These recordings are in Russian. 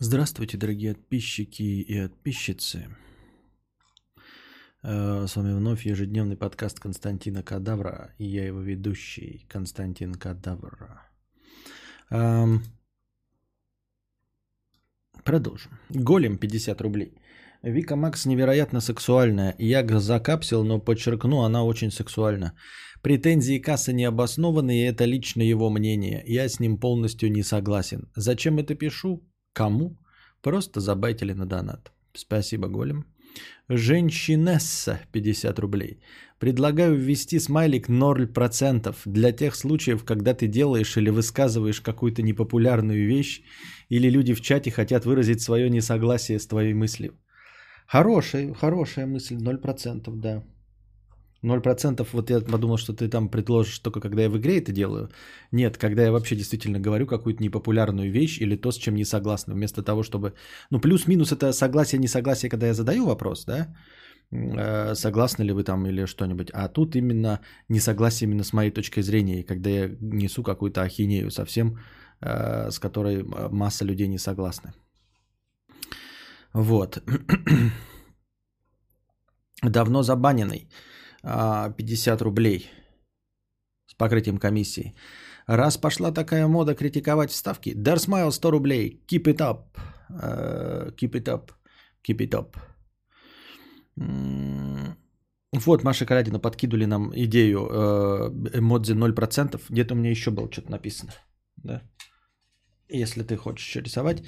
Здравствуйте, дорогие подписчики и подписчицы. С вами вновь ежедневный подкаст Константина Кадавра, и я его ведущий, Константин Кадавр. Продолжим. Голем 50 рублей. Вика Макс невероятно сексуальная. Я закапсил, но подчеркну, она очень сексуальна. Претензии Касса не обоснованы, и это лично его мнение. Я с ним полностью не согласен. Зачем это пишу? Кому? Просто забайтили на донат. Спасибо, Голем. Женщинесса 50 рублей. Предлагаю ввести смайлик 0% для тех случаев, когда ты делаешь или высказываешь какую-то непопулярную вещь, или люди в чате хотят выразить свое несогласие с твоей мыслью. Хорошая мысль, 0%, да. 0%, вот я подумал, что ты там предложишь только когда я в игре это делаю. Нет, когда я вообще действительно говорю какую-то непопулярную вещь или то, с чем не согласен. Вместо того, чтобы... Ну, плюс-минус это согласие-несогласие, когда я задаю вопрос, да? Согласны ли вы там или что-нибудь. А тут именно несогласие именно с моей точки зрения, когда я несу какую-то ахинею совсем, с которой масса людей не согласны. Вот. Давно забаненный. 50 рублей с покрытием комиссии. Раз пошла такая мода критиковать вставки, Дарсмайл 100 рублей. Keep it up. Keep it up. Keep it up. Вот, Маша Калядина подкидывали нам идею эмодзи 0%. Где-то у меня еще было что-то написано. Да? Если ты хочешь рисовать.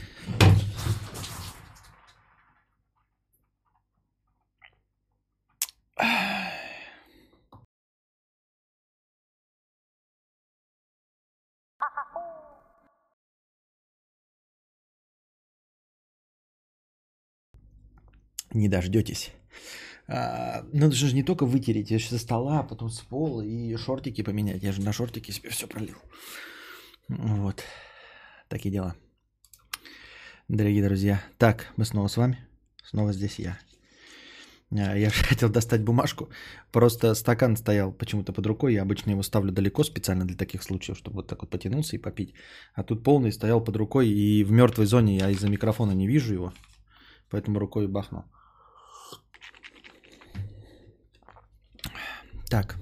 Не дождетесь. Ну, нужно же не только вытереть, я же со стола, а потом с пола и шортики поменять. Я же на шортики себе все пролил. Вот. Такие дела. Дорогие друзья. Так, мы снова с вами. Снова здесь я. Я же хотел достать бумажку. Просто стакан стоял почему-то под рукой. Я обычно его ставлю далеко специально для таких случаев, чтобы вот так вот потянулся и попить. А тут полный стоял под рукой. И в мертвой зоне я из-за микрофона не вижу его. Поэтому рукой бахнул. Так.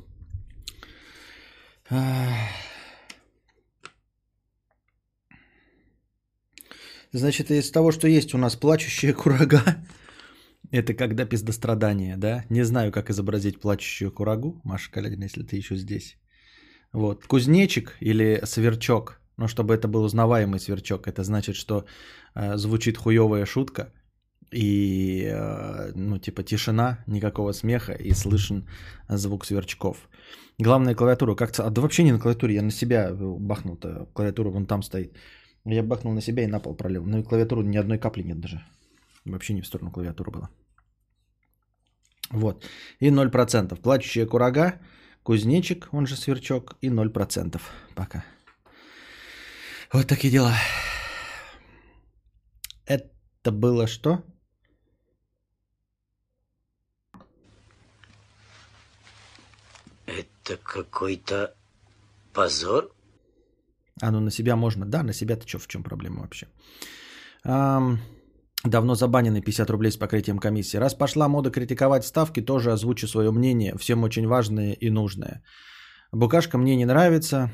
Значит, из того, что есть у нас плачущая курага, это когда пиздострадание, да? Не знаю, как изобразить плачущую курагу, Маша Калядина, если ты еще здесь. Вот. Кузнечик или сверчок, ну, чтобы это был узнаваемый сверчок, это значит, что звучит хуевая шутка, и, ну, типа тишина, никакого смеха, и слышен звук сверчков. Главная клавиатура, как-то... Да вообще не на клавиатуре, я на себя бахнул-то. Клавиатура вон там стоит. Я бахнул на себя и на пол пролил. Ну и клавиатуру ни одной капли нет даже. Вообще не в сторону клавиатуры было. Вот. И 0%. Плачущая курага, кузнечик, он же сверчок, и 0%. Пока. Вот такие дела. Это было что? Это какой-то позор? А, ну на себя можно. Да, на себя-то что, в чем проблема вообще? Давно забаненный 50 рублей с покрытием комиссии. Раз пошла мода критиковать ставки, тоже озвучу свое мнение. Всем очень важное и нужное. Букашка мне не нравится.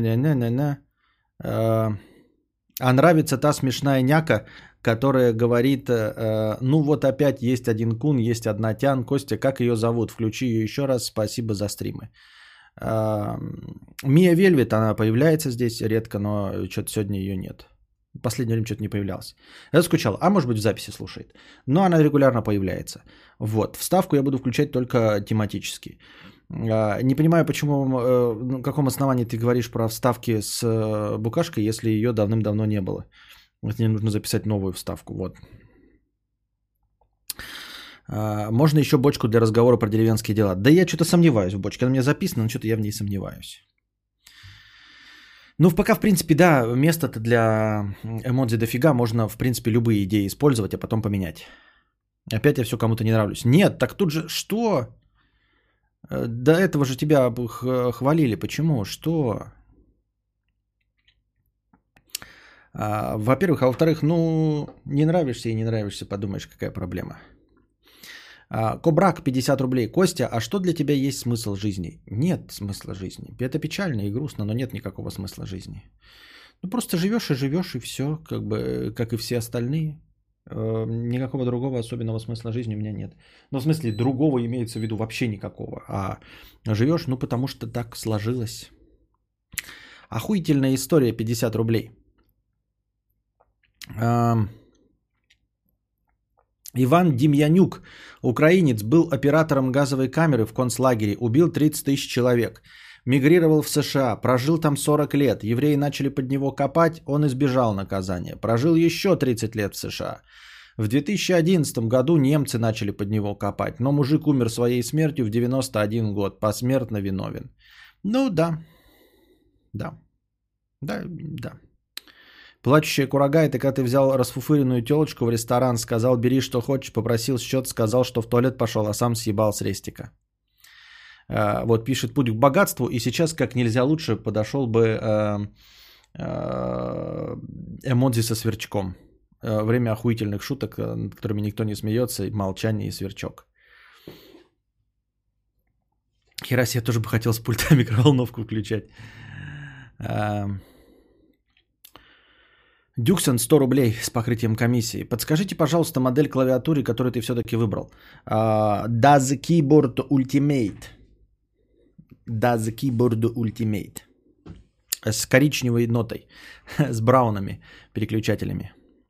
А нравится та смешная няка, которая говорит, ну вот опять есть один кун, есть одна тян. Костя, как ее зовут? Включи ее еще раз. Спасибо за стримы. Мия Вельвет, она появляется здесь редко, но что-то сегодня ее нет. В последнее время что-то не появлялась. Я скучал, а может быть в записи слушает. Но она регулярно появляется. Вот, вставку я буду включать только тематически. Не понимаю, почему, на каком основании ты говоришь про вставки с букашкой, если ее давным-давно не было. Вот мне нужно записать новую вставку, вот. Можно еще бочку для разговора про деревенские дела. Да я что-то сомневаюсь в бочке. Она у меня записана, но что-то я в ней сомневаюсь. Ну, пока, в принципе, да, место-то для эмодзи дофига. Можно, в принципе, любые идеи использовать, а потом поменять. Опять я все кому-то не нравлюсь. Нет, так тут же что? До этого же тебя хвалили. Почему? Что? Во-первых, а во-вторых, ну, не нравишься и не нравишься, подумаешь, какая проблема. Кобрак, 50 рублей. Костя, а что для тебя есть смысл жизни? Нет смысла жизни. Это печально и грустно, но нет никакого смысла жизни. Ну, просто живешь и все, как бы, как и все остальные. Никакого другого особенного смысла жизни у меня нет. Ну, в смысле, другого имеется в виду вообще никакого. А живешь, ну, потому что так сложилось. Охуительная история, 50 рублей. Иван Демьянюк, украинец, был оператором газовой камеры в концлагере, убил 30 тысяч человек. Мигрировал в США, прожил там 40 лет. Евреи начали под него копать, он избежал наказания. Прожил еще 30 лет в США. В 2011 году немцы начали под него копать, но мужик умер своей смертью в 91 год, посмертно виновен. Ну да, да, да, да. Плачущая курага, это когда ты взял расфуфыренную телочку в ресторан, сказал, бери что хочешь, попросил счет, сказал, что в туалет пошел, а сам съебал с рестика. Вот пишет «Путь к богатству», и сейчас как нельзя лучше подошел бы эмодзи со сверчком. Время охуительных шуток, над которыми никто не смеется, молчание и сверчок. Хера себе, я тоже бы хотел с пульта микроволновку включать. Дюксон, 100 рублей с покрытием комиссии. Подскажите, пожалуйста, модель клавиатуры, которую ты все-таки выбрал. Das Keyboard Ultimate. Das Keyboard Ultimate. С коричневой нотой. С браунами переключателями.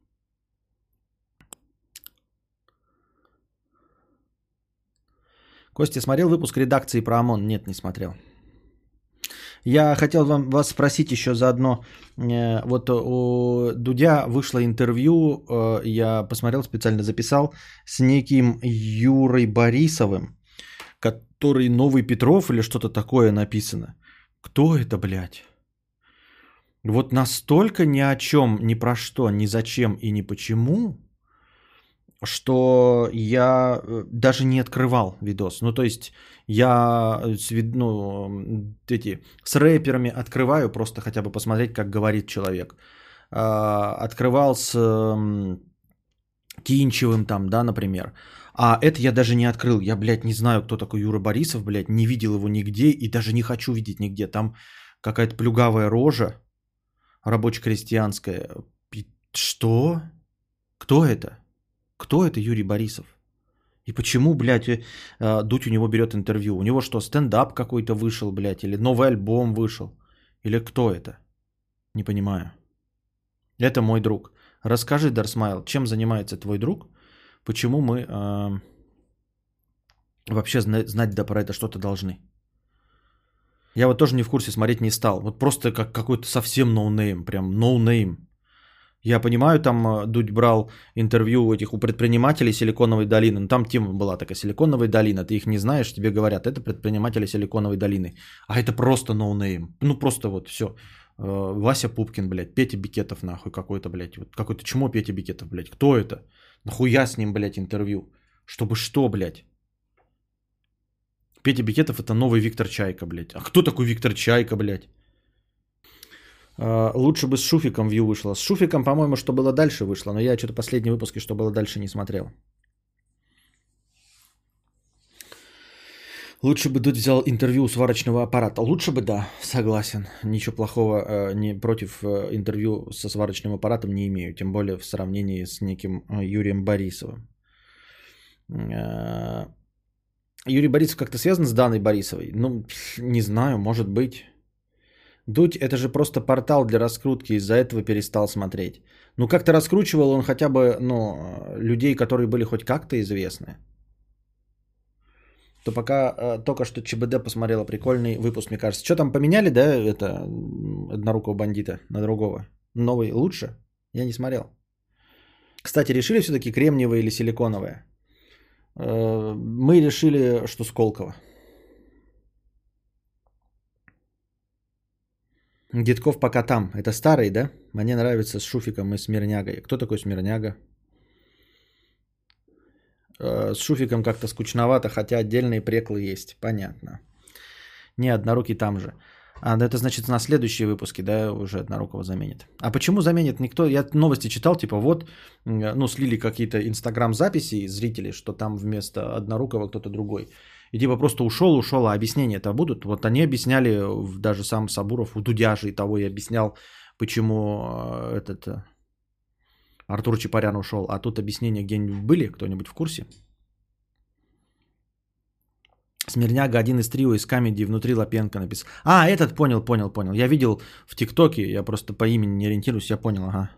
Костя, смотрел выпуск редакции про ОМОН? Нет, не смотрел. Я хотел вас спросить еще заодно. Вот у Дудя вышло интервью, я посмотрел, специально записал, с неким Юрой Борисовым, который Новый Петров или что-то такое написано. Кто это, блядь? Вот настолько ни о чем, ни про что, ни зачем и ни почему, что я даже не открывал видос. Ну, то есть я с рэперами открываю, просто хотя бы посмотреть, как говорит человек. Открывал с Кинчевым там, да, например. А это я даже не открыл. Я, блядь, не знаю, кто такой Юра Борисов, блядь, не видел его нигде и даже не хочу видеть нигде. Там какая-то плюгавая рожа рабоче-крестьянская. Что? Кто это? Кто это Юрий Борисов? И почему, блядь, Дудь у него берет интервью? У него что, стендап какой-то вышел, блядь, или новый альбом вышел? Или кто это? Не понимаю. Это мой друг. Расскажи, Дарсмайл, чем занимается твой друг? Почему мы вообще знать да про это что-то должны? Я вот тоже не в курсе, смотреть не стал. Вот просто как какой-то совсем ноунейм, прям ноунейм. Я понимаю, там Дудь брал интервью у предпринимателей Силиконовой долины. Ну, там тема была такая, Силиконовая долина. Ты их не знаешь, тебе говорят, это предприниматели Силиконовой долины. А это просто ноунейм. Ну, просто вот все. Вася Пупкин, блядь, Петя Бикетов, нахуй, какой-то, блядь. Вот какой-то чмо Петя Бикетов, блядь. Кто это? Нахуя с ним, блядь, интервью? Чтобы что, блядь? Петя Бикетов это новый Виктор Чайка, блядь. А кто такой Виктор Чайка, блядь? Лучше бы с Шуфиком Вью вышло. С Шуфиком, по-моему, что было дальше вышло, но я что-то последние выпуски, что было дальше, не смотрел. Лучше бы Дудь взял интервью у сварочного аппарата. Лучше бы, да, согласен. Ничего плохого не против интервью со сварочным аппаратом не имею. Тем более в сравнении с неким Юрием Борисовым. Юрий Борисов как-то связан с Даной Борисовой? Ну, не знаю, может быть. Дудь это же просто портал для раскрутки, из-за этого перестал смотреть. Ну как-то раскручивал он хотя бы, людей, которые были хоть как-то известны. То пока только что ЧБД посмотрела прикольный выпуск, мне кажется. Что там поменяли, да, это однорукого бандита на другого? Новый лучше? Я не смотрел. Кстати, решили все-таки кремниевое или силиконовое? Мы решили, что Сколково. Дедков пока там. Это старый, да? Мне нравится с Шуфиком и Смирнягой. Кто такой Смирняга? С Шуфиком как-то скучновато, хотя отдельные преклы есть. Понятно. Не, однорукий там же. А, да это значит на следующие выпуски, да, уже Однорукого заменит. А почему заменит никто? Я новости читал, типа вот, ну, слили какие-то инстаграм-записи зрителей, что там вместо Однорукого кто-то другой. И типа просто ушел, а объяснения-то будут? Вот они объясняли, даже сам Сабуров, у Дудя же и того и объяснял, почему этот Артур Чапарян ушел. А тут объяснения где-нибудь были? Кто-нибудь в курсе? Смирняга один из трио из Камеди внутри Лапенко написал. А, этот понял. Я видел в ТикТоке, я просто по имени не ориентируюсь, я понял, ага.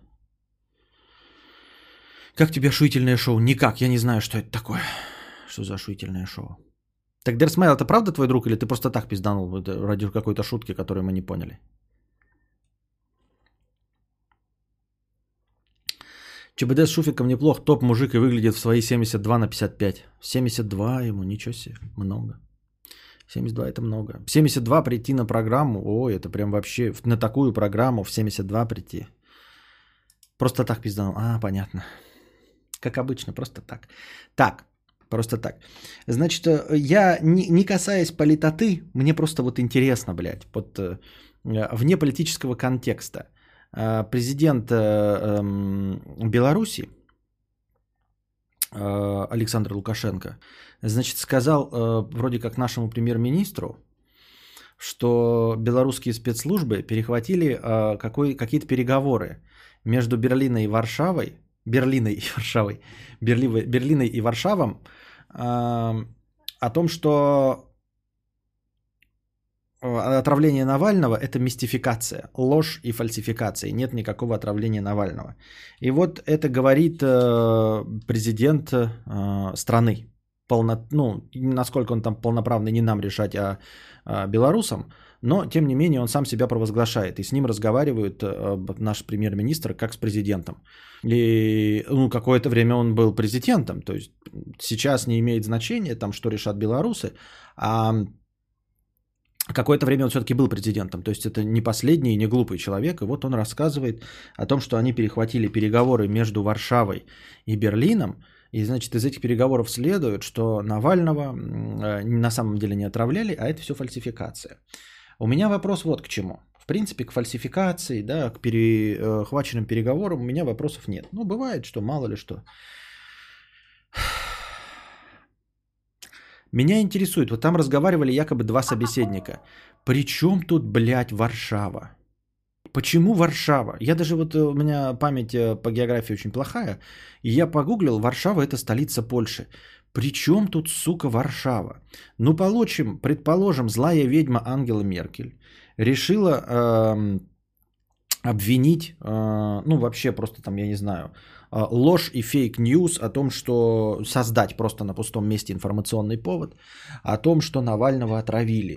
Как тебе ошуительное шоу? Никак, я не знаю, что это такое. Что за ошуительное шоу? Так, Дерсмайл, это правда твой друг или ты просто так пизданул ради какой-то шутки, которую мы не поняли? ЧБД с Шуфиком неплох, топ-мужик и выглядит в свои 72/55. 72 ему, ничего себе, много. 72 это много. 72 прийти на программу, ой, это прям вообще, на такую программу в 72 прийти. Просто так пизданул, понятно. Как обычно, просто так. Так, просто так. Значит, я, не касаясь политоты, мне просто вот интересно, блядь, вот вне политического контекста. Президент Беларуси Александр Лукашенко, значит, сказал вроде как нашему премьер-министру, что белорусские спецслужбы перехватили какие-то переговоры между Берлиной и Варшавой, Берлиной и Варшавом о том, что отравление Навального – это мистификация, ложь и фальсификация. Нет никакого отравления Навального. И вот это говорит президент страны. Насколько он там полноправный, не нам решать, а белорусам. Но, тем не менее, он сам себя провозглашает. И с ним разговаривает наш премьер-министр как с президентом. И какое-то время он был президентом. То есть сейчас не имеет значения, там, что решат белорусы. А какое-то время он все-таки был президентом, то есть это не последний и не глупый человек. И вот он рассказывает о том, что они перехватили переговоры между Варшавой и Берлином. И, значит, из этих переговоров следует, что Навального на самом деле не отравляли, а это все фальсификация. У меня вопрос вот к чему. В принципе, к фальсификации, да, к перехваченным переговорам у меня вопросов нет. Ну, бывает, что мало ли что. Меня интересует, вот там разговаривали якобы два собеседника. При чем тут, блядь, Варшава? Почему Варшава? Я даже вот, у меня память по географии очень плохая, и я погуглил, Варшава это столица Польши. При чем тут, сука, Варшава? Ну, предположим, злая ведьма Ангела Меркель решила обвинить, вообще просто там, я не знаю, ложь и фейк-ньюс о том, что создать просто на пустом месте информационный повод, о том, что Навального отравили.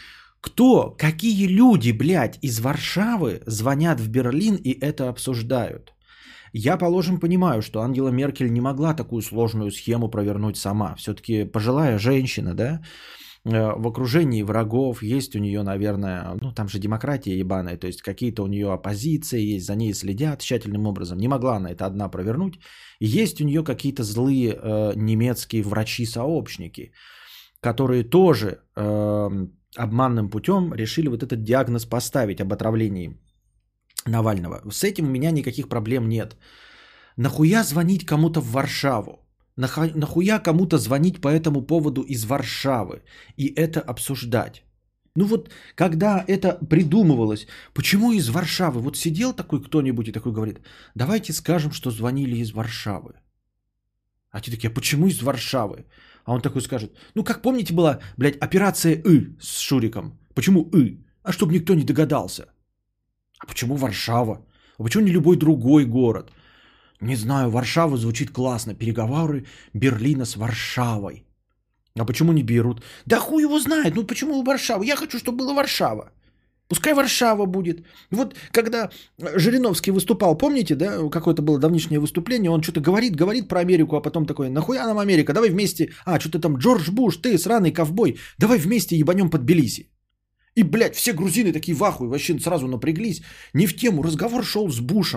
Какие люди, блядь, из Варшавы звонят в Берлин и это обсуждают? Я, положим, понимаю, что Ангела Меркель не могла такую сложную схему провернуть сама. Все-таки пожилая женщина, да, в окружении врагов, есть у нее, наверное, там же демократия ебаная, то есть какие-то у нее оппозиции есть, за ней следят тщательным образом. Не могла она это одна провернуть. Есть у нее какие-то злые немецкие врачи-сообщники, которые тоже обманным путем решили вот этот диагноз поставить об отравлении Навального. С этим у меня никаких проблем нет. Нахуя звонить кому-то в Варшаву? Нахуя кому-то звонить по этому поводу из Варшавы и это обсуждать? Ну вот, когда это придумывалось, почему из Варшавы? Вот сидел такой кто-нибудь и такой говорит, давайте скажем, что звонили из Варшавы. А те такие, а почему из Варшавы? А он такой скажет, как помните была, блядь, операция с Шуриком? Почему А чтобы никто не догадался. А почему Варшава? А почему не любой другой город? Не знаю, Варшава звучит классно. Переговоры Берлина с Варшавой. А почему не Бейрут? Да хуй его знает. Почему Варшава? Я хочу, чтобы была Варшава. Пускай Варшава будет. Вот когда Жириновский выступал, помните, да, какое-то было давнишнее выступление, он что-то говорит про Америку, а потом такой, нахуя нам Америка, давай вместе, что-то там Джордж Буш, ты сраный ковбой, давай вместе ебанем под Тбилиси. И, блядь, все грузины такие в ахуе, вообще сразу напряглись, не в тему, разговор шел с Бушем,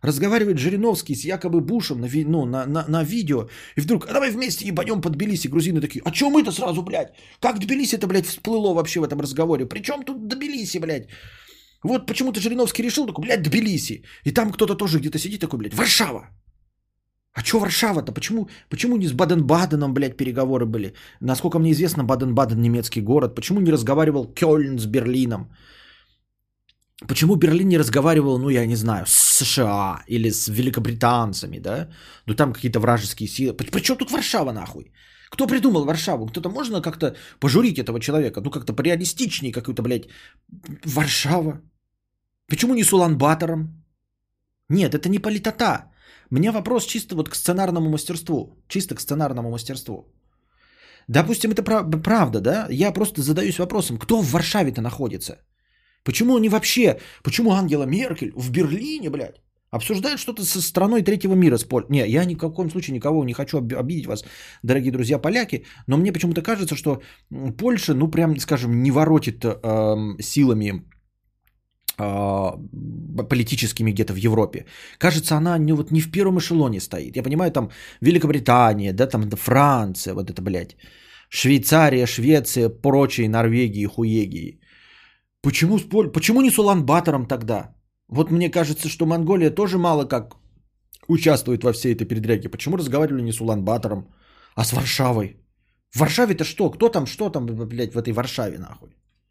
Разговаривает Жириновский с якобы Бушем на видео. И вдруг, а давай вместе ебанем под Тбилиси. Грузины такие, а чё мы-то сразу, блядь? Как Тбилиси-то, блядь, всплыло вообще в этом разговоре? Причем тут Тбилиси, блядь? Вот почему-то Жириновский решил, такой, блядь, Тбилиси. И там кто-то тоже где-то сидит такой, блядь, Варшава. А чё Варшава-то? Почему не с Баден-Баденом, блядь, переговоры были? Насколько мне известно, Баден-Баден немецкий город. Почему не разговаривал Кёльн с Берлином? Почему Берлин не разговаривал, ну, я не знаю, с США или с великобританцами, да? Ну, там какие-то вражеские силы. Причем тут Варшава, нахуй? Кто придумал Варшаву? Кто-то можно как-то пожурить этого человека? Ну, как-то пореалистичнее какой-то, блядь, Варшава. Почему не с Улан-Батором? Нет, это не политота. Мне вопрос чисто вот к сценарному мастерству. Чисто к сценарному мастерству. Допустим, это правда, да? Я просто задаюсь вопросом, кто в Варшаве-то находится? Почему они вообще, почему Ангела Меркель в Берлине, блядь, обсуждает что-то со страной третьего мира? Не, я ни в каком случае никого не хочу обидеть вас, дорогие друзья поляки, но мне почему-то кажется, что Польша, ну прям, скажем, не воротит силами политическими где-то в Европе. Кажется, она вот не в первом эшелоне стоит. Я понимаю, там Великобритания, да, там Франция, вот это, блядь, Швейцария, Швеция, прочие Норвегии, Хуегии. Почему не с Улан-Батором тогда? Вот мне кажется, что Монголия тоже мало как участвует во всей этой передряге. Почему разговаривали не с Улан-Батором, а с Варшавой? В Варшаве-то что? Кто там, что там, блядь, в этой Варшаве, нахуй?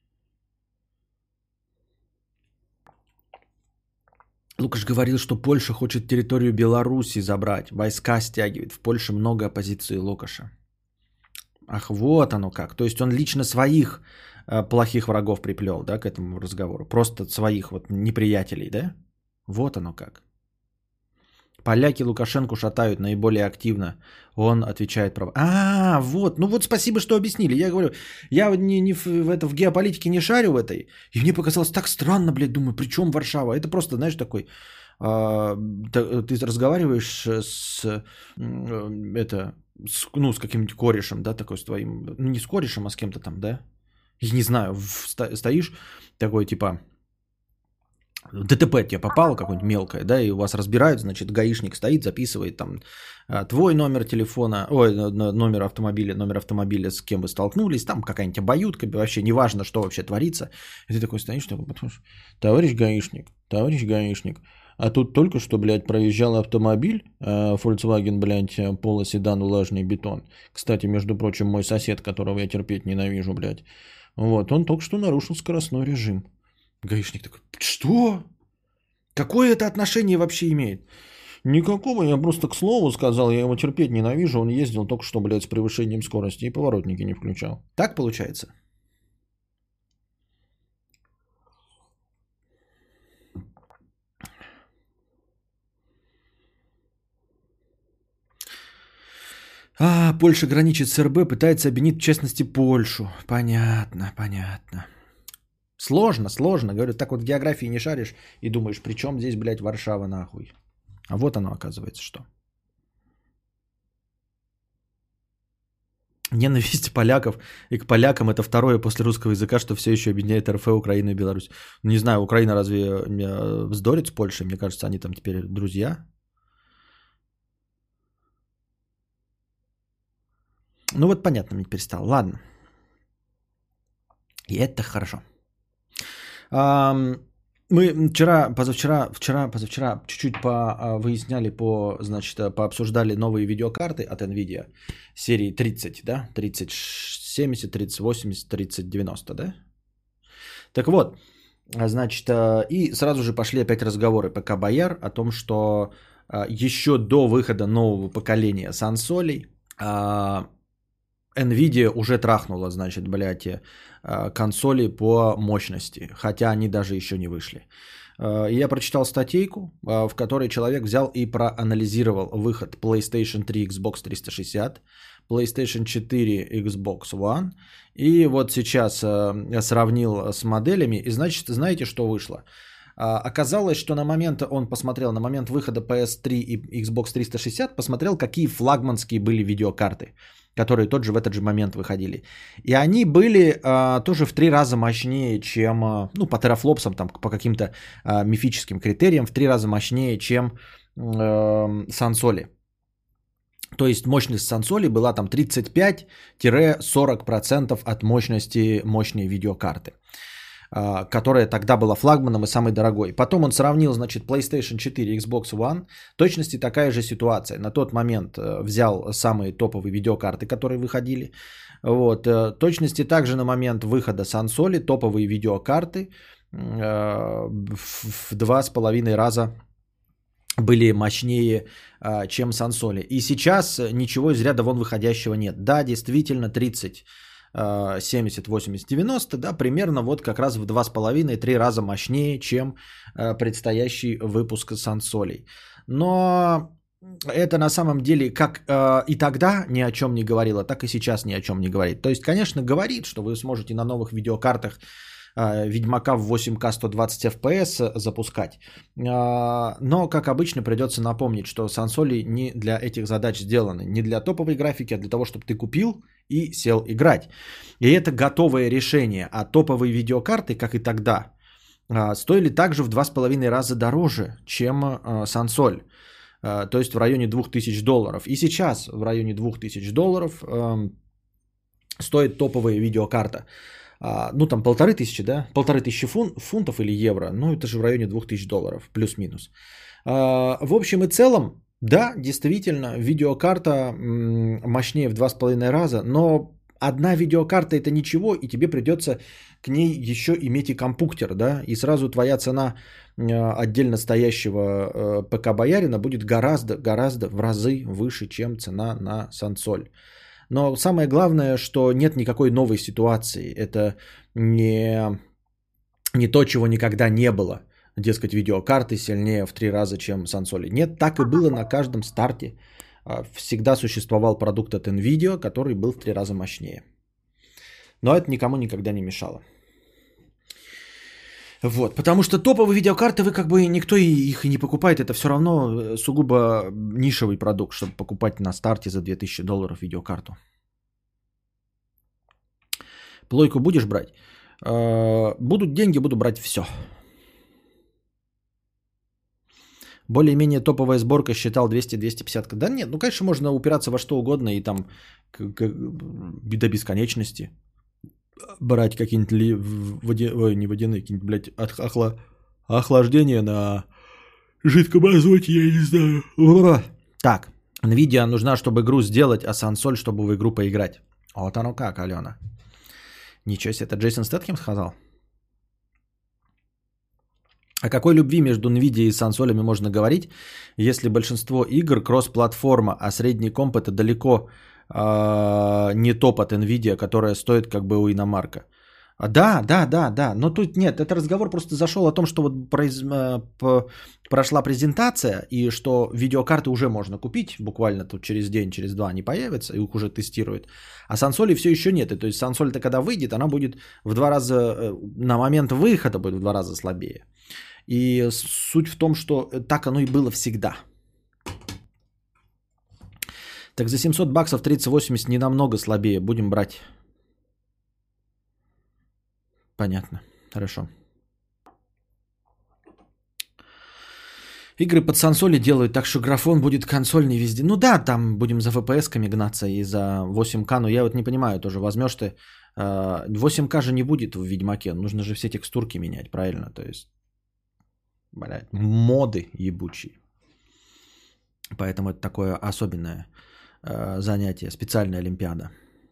Лукаш говорил, что Польша хочет территорию Беларуси забрать. Войска стягивает. В Польше много оппозиции Лукаша. Ах, вот оно как. То есть он лично своих плохих врагов приплел, да, к этому разговору. Просто своих вот неприятелей, да? Вот оно как. Поляки Лукашенко шатают наиболее активно. Он отвечает право. Вот. Ну вот спасибо, что объяснили. Я говорю, я в геополитике не шарю в этой. И мне показалось так странно, блядь, думаю, при чем Варшава? Это просто, знаешь, такой... ты разговариваешь с каким-нибудь корешем, да, такой с твоим... Ну не с корешем, а с кем-то там, да? И не знаю, стоишь такой типа... ДТП тебе попало какое-нибудь мелкое, да, и у вас разбирают, значит, гаишник стоит, записывает там твой номер телефона, номер автомобиля, с кем вы столкнулись, там какая-нибудь обоюдка, вообще неважно, что вообще творится. И ты такой стоишь, товарищ гаишник, а тут только что, блядь, проезжал автомобиль, Volkswagen, блядь, полоседан, влажный бетон. Кстати, между прочим, мой сосед, которого я терпеть ненавижу, блядь, вот, он только что нарушил скоростной режим. Гаишник такой, что? Какое это отношение вообще имеет? Никакого, я просто к слову сказал, я его терпеть ненавижу, он ездил только что, блядь, с превышением скорости и поворотники не включал. Так получается? Польша граничит с РБ, пытается обвинить в честности Польшу. Понятно. Сложно, говорю, так вот в географии не шаришь и думаешь, при чем здесь, блядь, Варшава нахуй? А вот оно оказывается что. Ненависть поляков и к полякам это второе после русского языка, что все еще объединяет РФ, Украину и Беларусь. Не знаю, Украина разве вздорит с Польшей? Мне кажется, они там теперь друзья. Ну вот понятно, мне перестало. Ладно. И это хорошо. Мы позавчера чуть-чуть выясняли, пообсуждали новые видеокарты от NVIDIA серии 30, да? 3070, 3080, 3090, да? Так вот, значит, и сразу же пошли опять разговоры ПК Бояр о том, что еще до выхода нового поколения сансолей NVIDIA уже трахнула, значит, блядь, консоли по мощности, хотя они даже еще не вышли. Я прочитал статейку, в которой человек взял и проанализировал выход PlayStation 3, Xbox 360, PlayStation 4, Xbox One, и вот сейчас сравнил с моделями, и значит, знаете, что вышло? Оказалось, что на момент, он посмотрел, на момент выхода PS3 и Xbox 360, посмотрел, какие флагманские были видеокарты, которые тот же в этот же момент выходили. И они были тоже в 3 раза мощнее, чем, ну, по терафлопсам, там, по каким-то мифическим критериям, в 3 раза мощнее, чем сансоли. То есть мощность сансоли была там 35-40% от мощности мощной видеокарты, которая тогда была флагманом и самой дорогой. Потом он сравнил, значит, PlayStation 4 и Xbox One. Точности такая же ситуация. На тот момент взял самые топовые видеокарты, которые выходили. Вот. Точности также на момент выхода сансоли топовые видеокарты в 2,5 раза были мощнее, чем сансоли. И сейчас ничего из ряда вон выходящего нет. Да, действительно, 30, 70, 80, 90, да, примерно вот как раз в 2,5-3 раза мощнее, чем предстоящий выпуск сансолей. Но это на самом деле как и тогда ни о чем не говорило, так и сейчас ни о чем не говорит. То есть, конечно, говорит, что вы сможете на новых видеокартах Ведьмака в 8К 120 FPS запускать. Но, как обычно, придется напомнить, что сансоли не для этих задач сделаны. Не для топовой графики, а для того, чтобы ты купил и сел играть. И это готовое решение. А топовые видеокарты, как и тогда, стоили также в 2,5 раза дороже, чем сансоль. То есть в районе $2000. И сейчас в районе $2000 стоит топовая видеокарта. Ну, там 1500, да? 1500 фунтов или евро. Ну, это же в районе $2000, плюс-минус. В общем и целом, да, действительно, видеокарта мощнее в 2,5 раза, но одна видеокарта это ничего, и тебе придется к ней еще иметь и компьютер, да? И сразу твоя цена отдельно стоящего ПК-боярина будет гораздо в разы выше, чем цена на сансоль. Но самое главное, что нет никакой новой ситуации. Это не то, чего никогда не было. Дескать, видеокарты сильнее в 3 раза, чем сансоли. Нет, так и было на каждом старте. Всегда существовал продукт от NVIDIA, который был в 3 раза мощнее. Но это никому никогда не мешало. Вот, потому что топовые видеокарты, вы как бы никто их и не покупает. Это все равно сугубо нишевый продукт, чтобы покупать на старте за $2000 видеокарту. Плойку будешь брать? Будут деньги, буду брать все. Более-менее топовая сборка, считал 200-250. Да нет, ну конечно можно упираться во что угодно и там до бесконечности. Брать какие-нибудь не водяные, какие-нибудь, блядь, охлаждение на жидком азоте, я не знаю. Так, NVIDIA нужна, чтобы игру сделать, а сансоль, чтобы в игру поиграть. Вот оно как, Алена. Ничего себе, это Джейсон Стэтхэм сказал? О какой любви между NVIDIA и сансолями можно говорить, если большинство игр кросс-платформа, а средний комп это далеко не топ от NVIDIA, которая стоит как бы у иномарка. Да. Но тут нет, это разговор просто зашел о том, что вот прошла презентация, и что видеокарты уже можно купить, буквально тут через день, через два они появятся, и их уже тестируют. А сансоли все еще нет. И то есть сансоль-то когда выйдет, она будет в 2 раза, на момент выхода будет в 2 раза слабее. И суть в том, что так оно и было всегда. Так за $700 3080 не намного слабее. Будем брать. Понятно. Хорошо. Игры под сансоли делают, так что графон будет консольный везде. Ну да, там будем за FPS-ками гнаться и за 8К. Но я вот не понимаю тоже, возьмешь ты... 8К же не будет в Ведьмаке. Нужно же все текстурки менять, правильно? То есть, блядь, моды ебучие. Поэтому это такое особенное занятие, специальная олимпиада.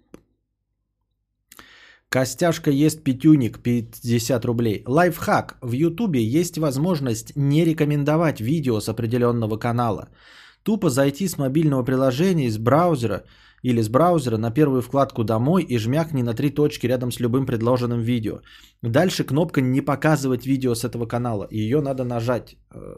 Костяшка ест пятюник, 50 рублей. Лайфхак. В Ютубе есть возможность не рекомендовать видео с определенного канала. Тупо зайти с мобильного приложения из браузера или с браузера на первую вкладку «Домой» и жмякни на 3 точки рядом с любым предложенным видео. Дальше кнопка «Не показывать видео с этого канала». Ее надо нажать.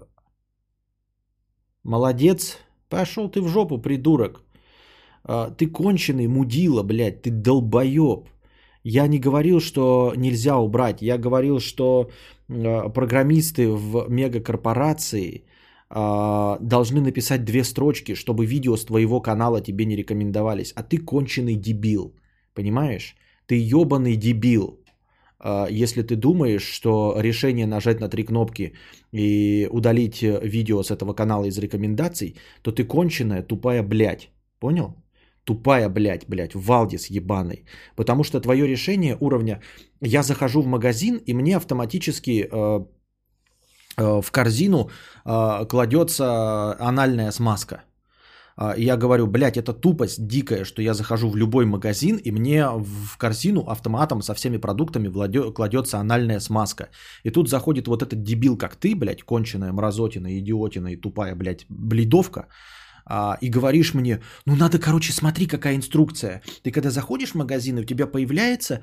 Молодец. Пошел ты в жопу, придурок. Ты конченый мудила, блядь. Ты долбоеб. Я не говорил, что нельзя убрать. Я говорил, что программисты в мегакорпорации должны написать 2 строчки, чтобы видео с твоего канала тебе не рекомендовались. А ты конченый дебил. Понимаешь? Ты ебаный дебил. Если ты думаешь, что решение нажать на 3 кнопки и удалить видео с этого канала из рекомендаций, то ты конченая, тупая блядь. Понял? Тупая блядь, Валдис ебаный. Потому что твое решение уровня «я захожу в магазин, и мне автоматически в корзину кладется анальная смазка». Я говорю, блядь, это тупость дикая, что я захожу в любой магазин, и мне в корзину автоматом со всеми продуктами кладется анальная смазка. И тут заходит вот этот дебил, как ты, блядь, конченая мразотина, идиотина и тупая, блядь, бледовка, и говоришь мне, ну надо, короче, смотри, какая инструкция. Ты когда заходишь в магазин, и у тебя появляется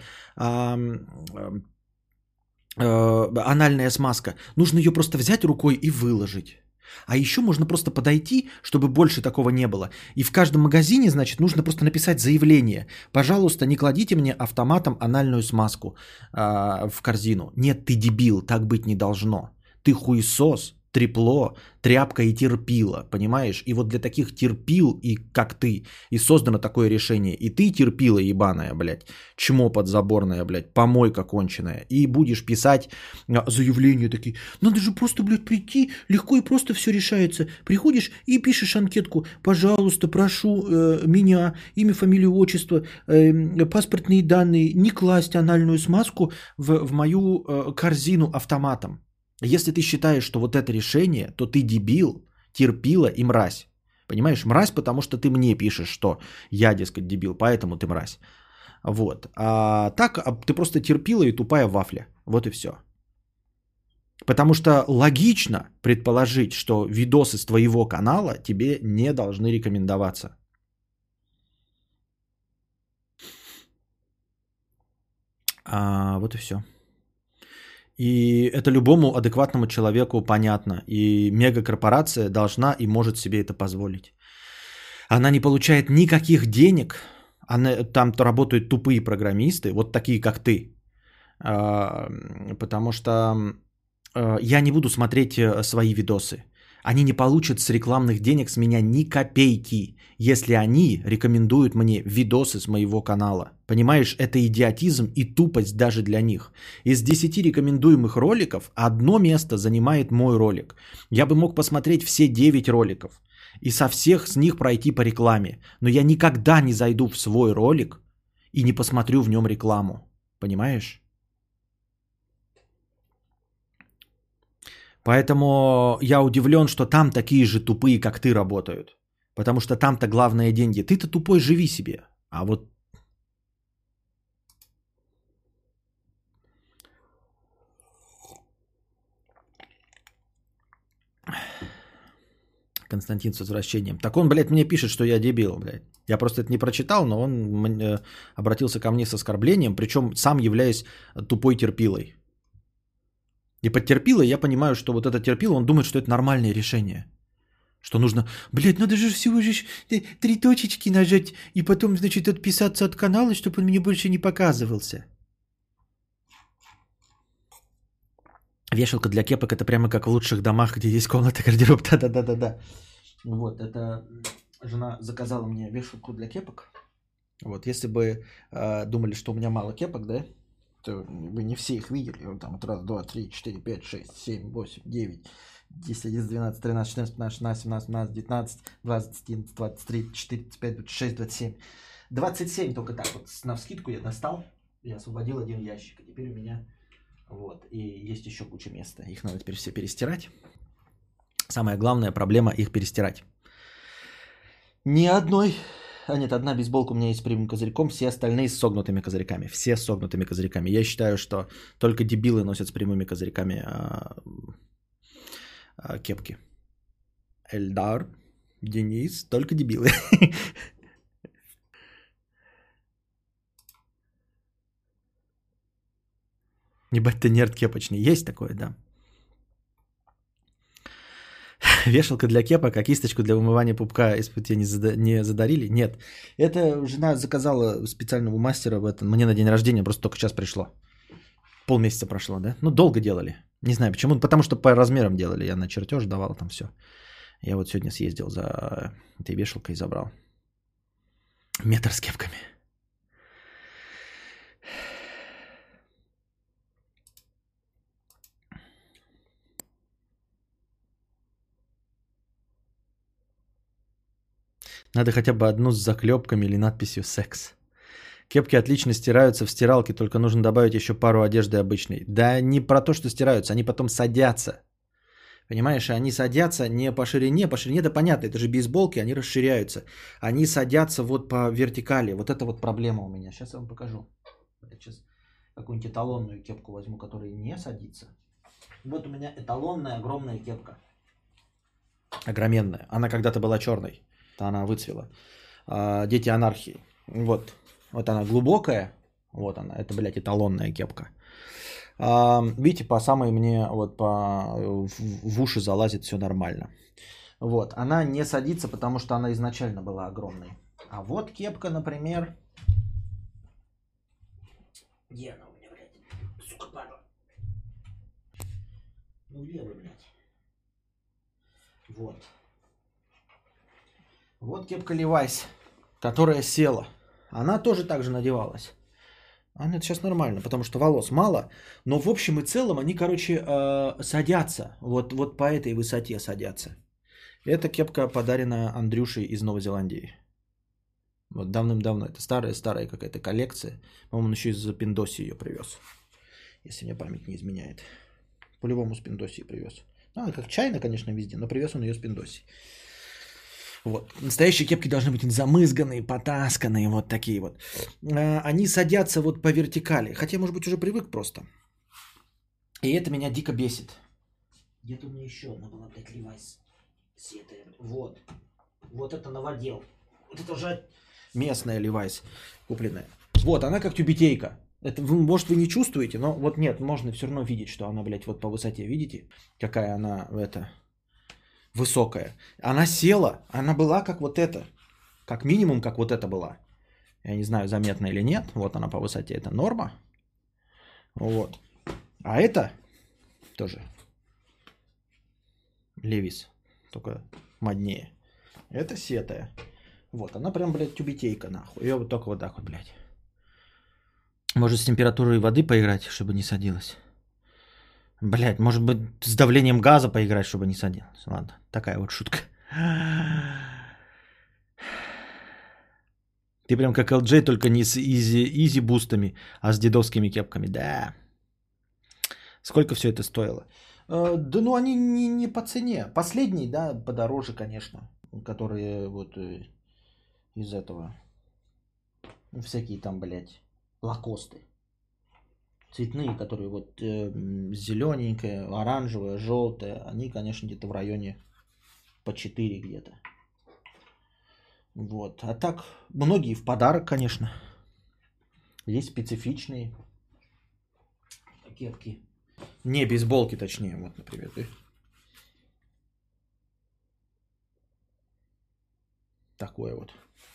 анальная смазка, нужно ее просто взять рукой и выложить. А еще можно просто подойти, чтобы больше такого не было. И в каждом магазине, значит, нужно просто написать заявление. Пожалуйста, не кладите мне автоматом анальную смазку в корзину. Нет, ты дебил, так быть не должно. Ты хуесос, трепло, тряпка и терпила, понимаешь? И вот для таких терпил, и как ты, и создано такое решение. И ты терпила ебаная, блядь, чмо подзаборная, блядь, помойка конченая. И будешь писать заявления такие. Надо же просто, блядь, прийти, легко и просто все решается. Приходишь и пишешь анкетку. Пожалуйста, прошу меня, имя, фамилию, отчество, паспортные данные, не класть анальную смазку в мою корзину автоматом. Если ты считаешь, что вот это решение, то ты дебил, терпила и мразь. Понимаешь, мразь, потому что ты мне пишешь, что я, дескать, дебил, поэтому ты мразь. Вот. А так ты просто терпила и тупая вафля. Вот и все. Потому что логично предположить, что видосы с твоего канала тебе не должны рекомендоваться. Вот и все. И это любому адекватному человеку понятно. И мегакорпорация должна и может себе это позволить. Она не получает никаких денег. Там работают тупые программисты, вот такие, как ты. Потому что я не буду смотреть свои видосы. Они не получат с рекламных денег с меня ни копейки, если они рекомендуют мне видосы с моего канала. Понимаешь, это идиотизм и тупость даже для них. Из 10 рекомендуемых роликов одно место занимает мой ролик. Я бы мог посмотреть все 9 роликов и со всех с них пройти по рекламе. Но я никогда не зайду в свой ролик и не посмотрю в нем рекламу. Понимаешь? Поэтому я удивлен, что там такие же тупые, как ты, работают. Потому что там-то главное деньги. Ты-то тупой, живи себе. А вот... Константин с возвращением. Так он, блядь, мне пишет, что я дебил, блядь. Я просто это не прочитал, но он обратился ко мне с оскорблением, причем сам являясь тупой терпилой. И под терпилой я понимаю, что вот это терпило, он думает, что это нормальное решение. Что нужно, блядь, надо же всего лишь 3 точечки нажать и потом, значит, отписаться от канала, чтобы он мне больше не показывался. Вешалка для кепок – это прямо как в лучших домах, где есть комната гардероб. Да-да-да-да-да. Вот, это жена заказала мне вешалку для кепок. Вот, если бы думали, что у меня мало кепок, да, то вы не все их видели. Вот там вот раз, два, три, четыре, пять, шесть, семь, восемь, девять, 10, 11, 12, 13, 14, 15, 16, 17, 18, 19, 20, 11, 23, 24, 25, 26, 27. 27 только так вот навскидку я достал. Я освободил один ящик. И теперь у меня вот. И есть еще куча места. Их надо теперь все перестирать. Самая главная проблема их перестирать. Ни одной... нет, одна бейсболка у меня есть с прямым козырьком, все остальные с согнутыми козырьками. Все с согнутыми козырьками. Я считаю, что только дебилы носят с прямыми козырьками кепки. Эльдар, Денис, только дебилы. Ебать ты нерд кепочный. Есть такое, да. Вешалка для кепок, а кисточку для вымывания пупка из-под тебя не задарили? Нет. Это жена заказала специального мастера в этом. Мне на день рождения просто только сейчас пришло. Полмесяца прошло, да? Ну, долго делали. Не знаю почему. Потому что по размерам делали. Я на чертеж давал там все. Я вот сегодня съездил за этой вешалкой и забрал. Метр с кепками. Надо хотя бы одну с заклепками или надписью «секс». Кепки отлично стираются в стиралке, только нужно добавить еще пару одежды обычной. Да не про то, что стираются, они потом садятся. Понимаешь, они садятся не по ширине да понятно, это же бейсболки, они расширяются. Они садятся вот по вертикали, вот это вот проблема у меня. Сейчас я вам покажу. Я сейчас какую-нибудь эталонную кепку возьму, которая не садится. Вот у меня эталонная огромная кепка. Огроменная. Она когда-то была черной. Она выцвела. Дети анархии. Вот она глубокая. Вот она. Это, блядь, эталонная кепка. Видите, по самой мне вот в уши залазит все нормально. Вот. Она не садится, потому что она изначально была огромной. А вот кепка, например. Где она у меня, блядь? Сука, падла. Ну, где вы, блядь? Вот. Вот кепка Levi's, которая села. Она тоже так же надевалась. Она сейчас нормально, потому что волос мало. Но в общем и целом они, короче, садятся. Вот по этой высоте садятся. Эта кепка подарена Андрюшей из Новой Зеландии. Вот давным-давно. Это старая какая-то коллекция. По-моему, он еще из Пиндосии ее привез. Если мне память не изменяет. По-любому с Пиндосии привез. Ну, как чайно, конечно, везде, но привез он ее с Пиндосии. Вот. Настоящие кепки должны быть замызганные, потасканные, вот такие вот. Они садятся вот по вертикали. Хотя, может быть, уже привык просто. И это меня дико бесит. Где-то у меня еще одна была, блядь, Levi's. Вот. Вот это новодел. Вот это уже местная Levi's купленная. Вот, она как тюбетейка. Это, может, вы не чувствуете, но вот нет, можно все равно видеть, что она, блядь, вот по высоте. Видите, какая она высокая. Она села, она была как вот это. Как минимум, как вот это была. Я не знаю, заметно или нет. Вот она по высоте, это норма. Вот. А это тоже Levi's, только моднее. Это сетая. Вот, она прям, блядь, тюбетейка, нахуй. Ее вот только вот так вот, блядь. Может, с температурой воды поиграть, чтобы не садилась? Блядь, может быть, с давлением газа поиграть, чтобы не садилась. Ладно, такая вот шутка. Ты прям как LJ, только не с изи-бустами, а с дедовскими кепками. Да. Сколько все это стоило? Да ну они не по цене. Последний, да, подороже, конечно. Которые вот из этого. Всякие там, блядь, лакосты. Цветные, которые вот зелененькая, оранжевая, желтая. Они, конечно, где-то в районе по 4 где-то. Вот. А так, многие в подарок, конечно. Есть специфичные кепки. Не, бейсболки, точнее. Вот, например. Такое вот.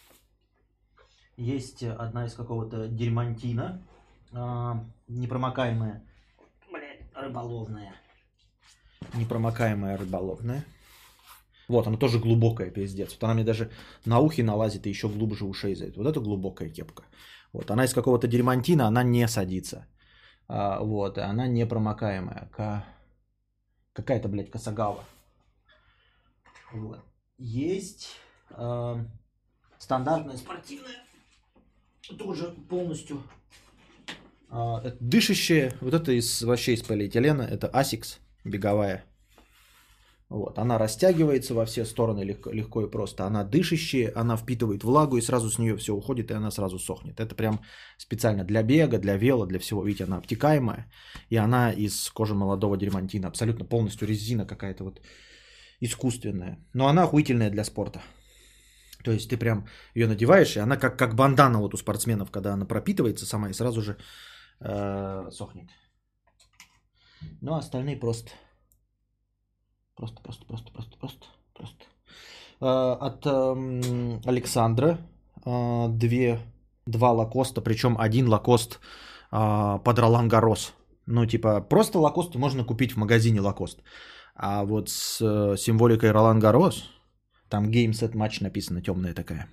Есть одна из какого-то дерьмантина. Непромокаемая. Блядь, рыболовная. Непромокаемая рыболовная. Вот, она тоже глубокая, пиздец. Вот она мне даже на ухе налазит и еще глубже ушей зайдет. Вот это глубокая кепка. Вот, она из какого-то дерьмантина, она не садится. Вот, и она непромокаемая. Какая-то, блядь, Касагава. Вот. Есть стандартная спортивная. Тоже полностью дышащая. Вот это вообще из полиэтилена. Это Asics беговая. Вот, она растягивается во все стороны легко и просто. Она дышащая, она впитывает влагу, и сразу с нее все уходит, и она сразу сохнет. Это прям специально для бега, для вело, для всего. Видите, она обтекаемая, и она из кожи молодого дерьмантина. Абсолютно полностью резина какая-то вот искусственная. Но она охуительная для спорта. То есть ты прям ее надеваешь, и она как бандана вот у спортсменов, когда она пропитывается сама, и сразу же сохнет. Ну, а остальные просто... Просто. От Александра два лакоста, причем один лакост под Ролан Гаррос. Ну, типа, просто лакост можно купить в магазине лакост. А вот с символикой Ролан Гаррос, там Game Set Match написано, темная такая.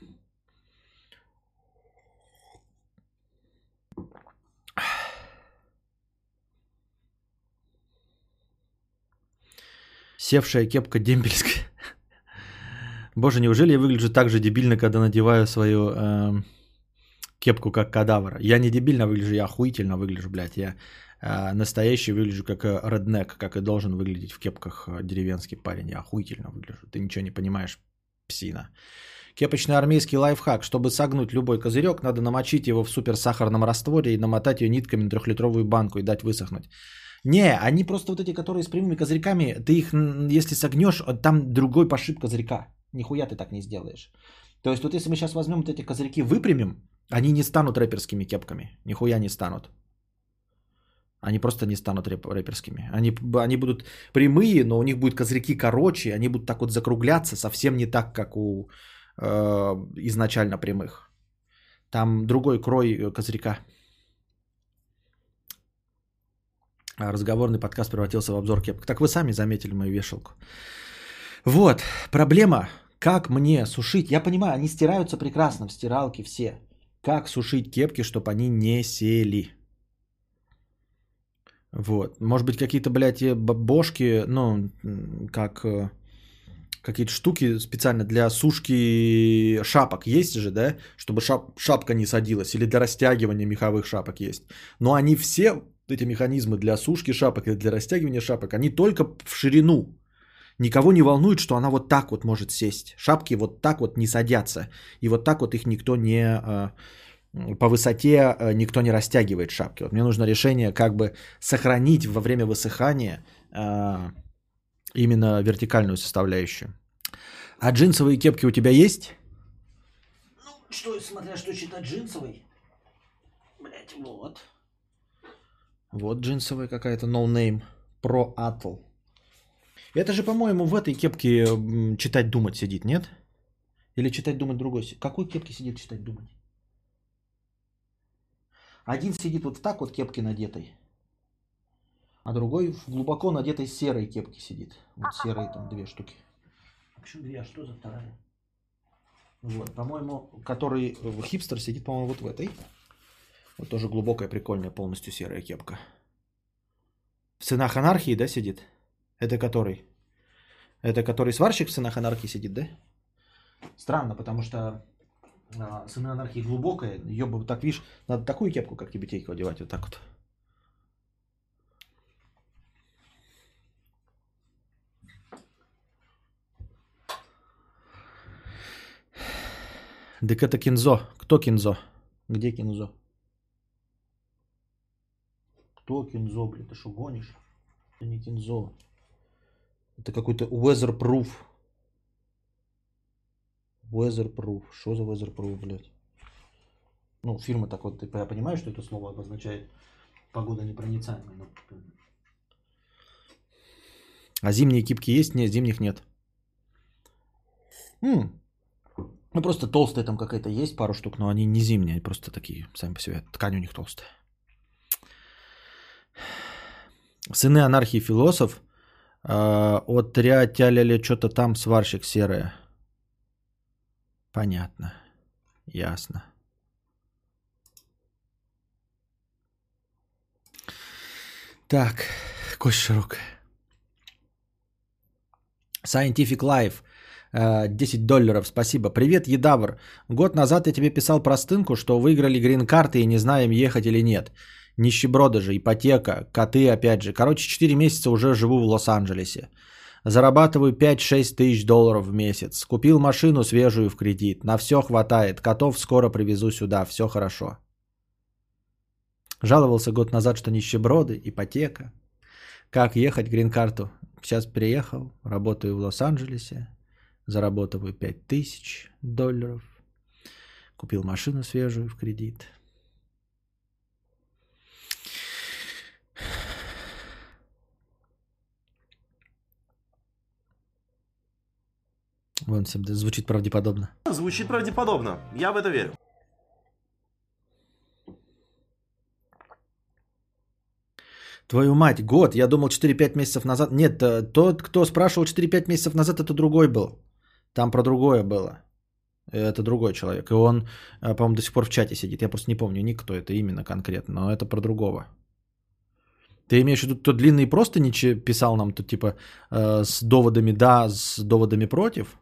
Севшая кепка дембельская. Боже, неужели я выгляжу так же дебильно, когда надеваю свою кепку как кадавр? Я не дебильно выгляжу, я охуительно выгляжу, блядь. Я настоящий выгляжу как реднек, как и должен выглядеть в кепках деревенский парень. Я охуительно выгляжу. Ты ничего не понимаешь, псина. Кепочный армейский лайфхак. Чтобы согнуть любой козырек, надо намочить его в суперсахарном растворе и намотать ее нитками на 3-литровую банку и дать высохнуть. Не, они просто вот эти, которые с прямыми козырьками, ты их, если согнешь, там другой пошиб козырька. Нихуя ты так не сделаешь. То есть вот если мы сейчас возьмем вот эти козырьки, выпрямим, они не станут рэперскими кепками. Нихуя не станут. Они просто не станут рэперскими. Они будут прямые, но у них будут козырьки короче, они будут так вот закругляться, совсем не так, как у изначально прямых. Там другой крой козырька. Разговорный подкаст превратился в обзор кепок. Так вы сами заметили мою вешалку. Вот, проблема, как мне сушить. Я понимаю, они стираются прекрасно в стиралке все. Как сушить кепки, чтобы они не сели. Вот, может быть какие-то, блядь, бошки, ну, как какие-то штуки специально для сушки шапок есть же, да? Чтобы шапка не садилась. Или для растягивания меховых шапок есть. Но они все, эти механизмы для сушки шапок или для растягивания шапок, они только в ширину. Никого не волнует, что она вот так вот может сесть. Шапки вот так вот не садятся. И вот так вот их никто не... По высоте никто не растягивает шапки. Вот мне нужно решение, как бы сохранить во время высыхания именно вертикальную составляющую. А джинсовые кепки у тебя есть? Ну, что, смотря что считать джинсовой. Блять, вот. Вот джинсовая какая-то no name. Pro Atl. Это же, по-моему, в этой кепке читать, думать сидит, нет? Или читать, думать другой? Какой кепке сидит читать, думать? Один сидит вот так вот кепки надетой, а другой в глубоко надетой серой кепке сидит. Вот серые там 2 штуки. Почему 2? А что за вторая? Вот, по-моему, который хипстер сидит, по-моему, вот в этой. Вот тоже глубокая, прикольная, полностью серая кепка. В «Сынах анархии», да, сидит? Это который? Это который сварщик в «Сынах анархии» сидит, да? Странно, потому что «Сыны анархии» глубокая. Ее бы так, видишь, надо такую кепку, как Тибетейку, одевать. Вот так вот. Так это Кинзо. Кто Кинзо? Где Кинзо? Кто Кинзо, блин? Ты что, гонишь? Это не Кинзо. Это какой-то Weatherproof. Weatherproof. Что за Weatherproof, блядь? Ну, фирма так вот, я понимаю, что это слово обозначает погода непроницаемая. Но... А зимние кипки есть? Нет, зимних нет. Ну, просто толстая там какая-то есть, пару штук, но они не зимние, они просто такие, сами по себе. Ткань у них толстая. «Сыны анархии» философ. От тя-ля-ля что-то там сварщик серая. Понятно. Ясно. Так, кость широкая. Scientific Life. $10. Спасибо. Привет, Едавр. Год назад я тебе писал простынку, что выиграли грин-карты и не знаем, ехать или нет. Нищеброды же, ипотека, коты опять же. Короче, 4 месяца уже живу в Лос-Анджелесе. Зарабатываю 5-6 тысяч долларов в месяц. Купил машину свежую в кредит. На все хватает. Котов скоро привезу сюда. Все хорошо. Жаловался год назад, что нищеброды, ипотека. Как ехать грин-карту? Сейчас приехал, работаю в Лос-Анджелесе. Заработаю 5000 долларов. Купил машину свежую в кредит. Вон всем звучит правдеподобно. Звучит правдеподобно. Я в это верю. Твою мать, год. Я думал 4-5 месяцев назад. Нет, тот, кто спрашивал 4-5 месяцев назад, это другой был. Там про другое было. Это другой человек. И он, по-моему, до сих пор в чате сидит. Я просто не помню никто это именно конкретно. Но это про другого. Ты имеешь в виду, кто длинный простыничи писал нам тут типа с доводами да, с доводами против?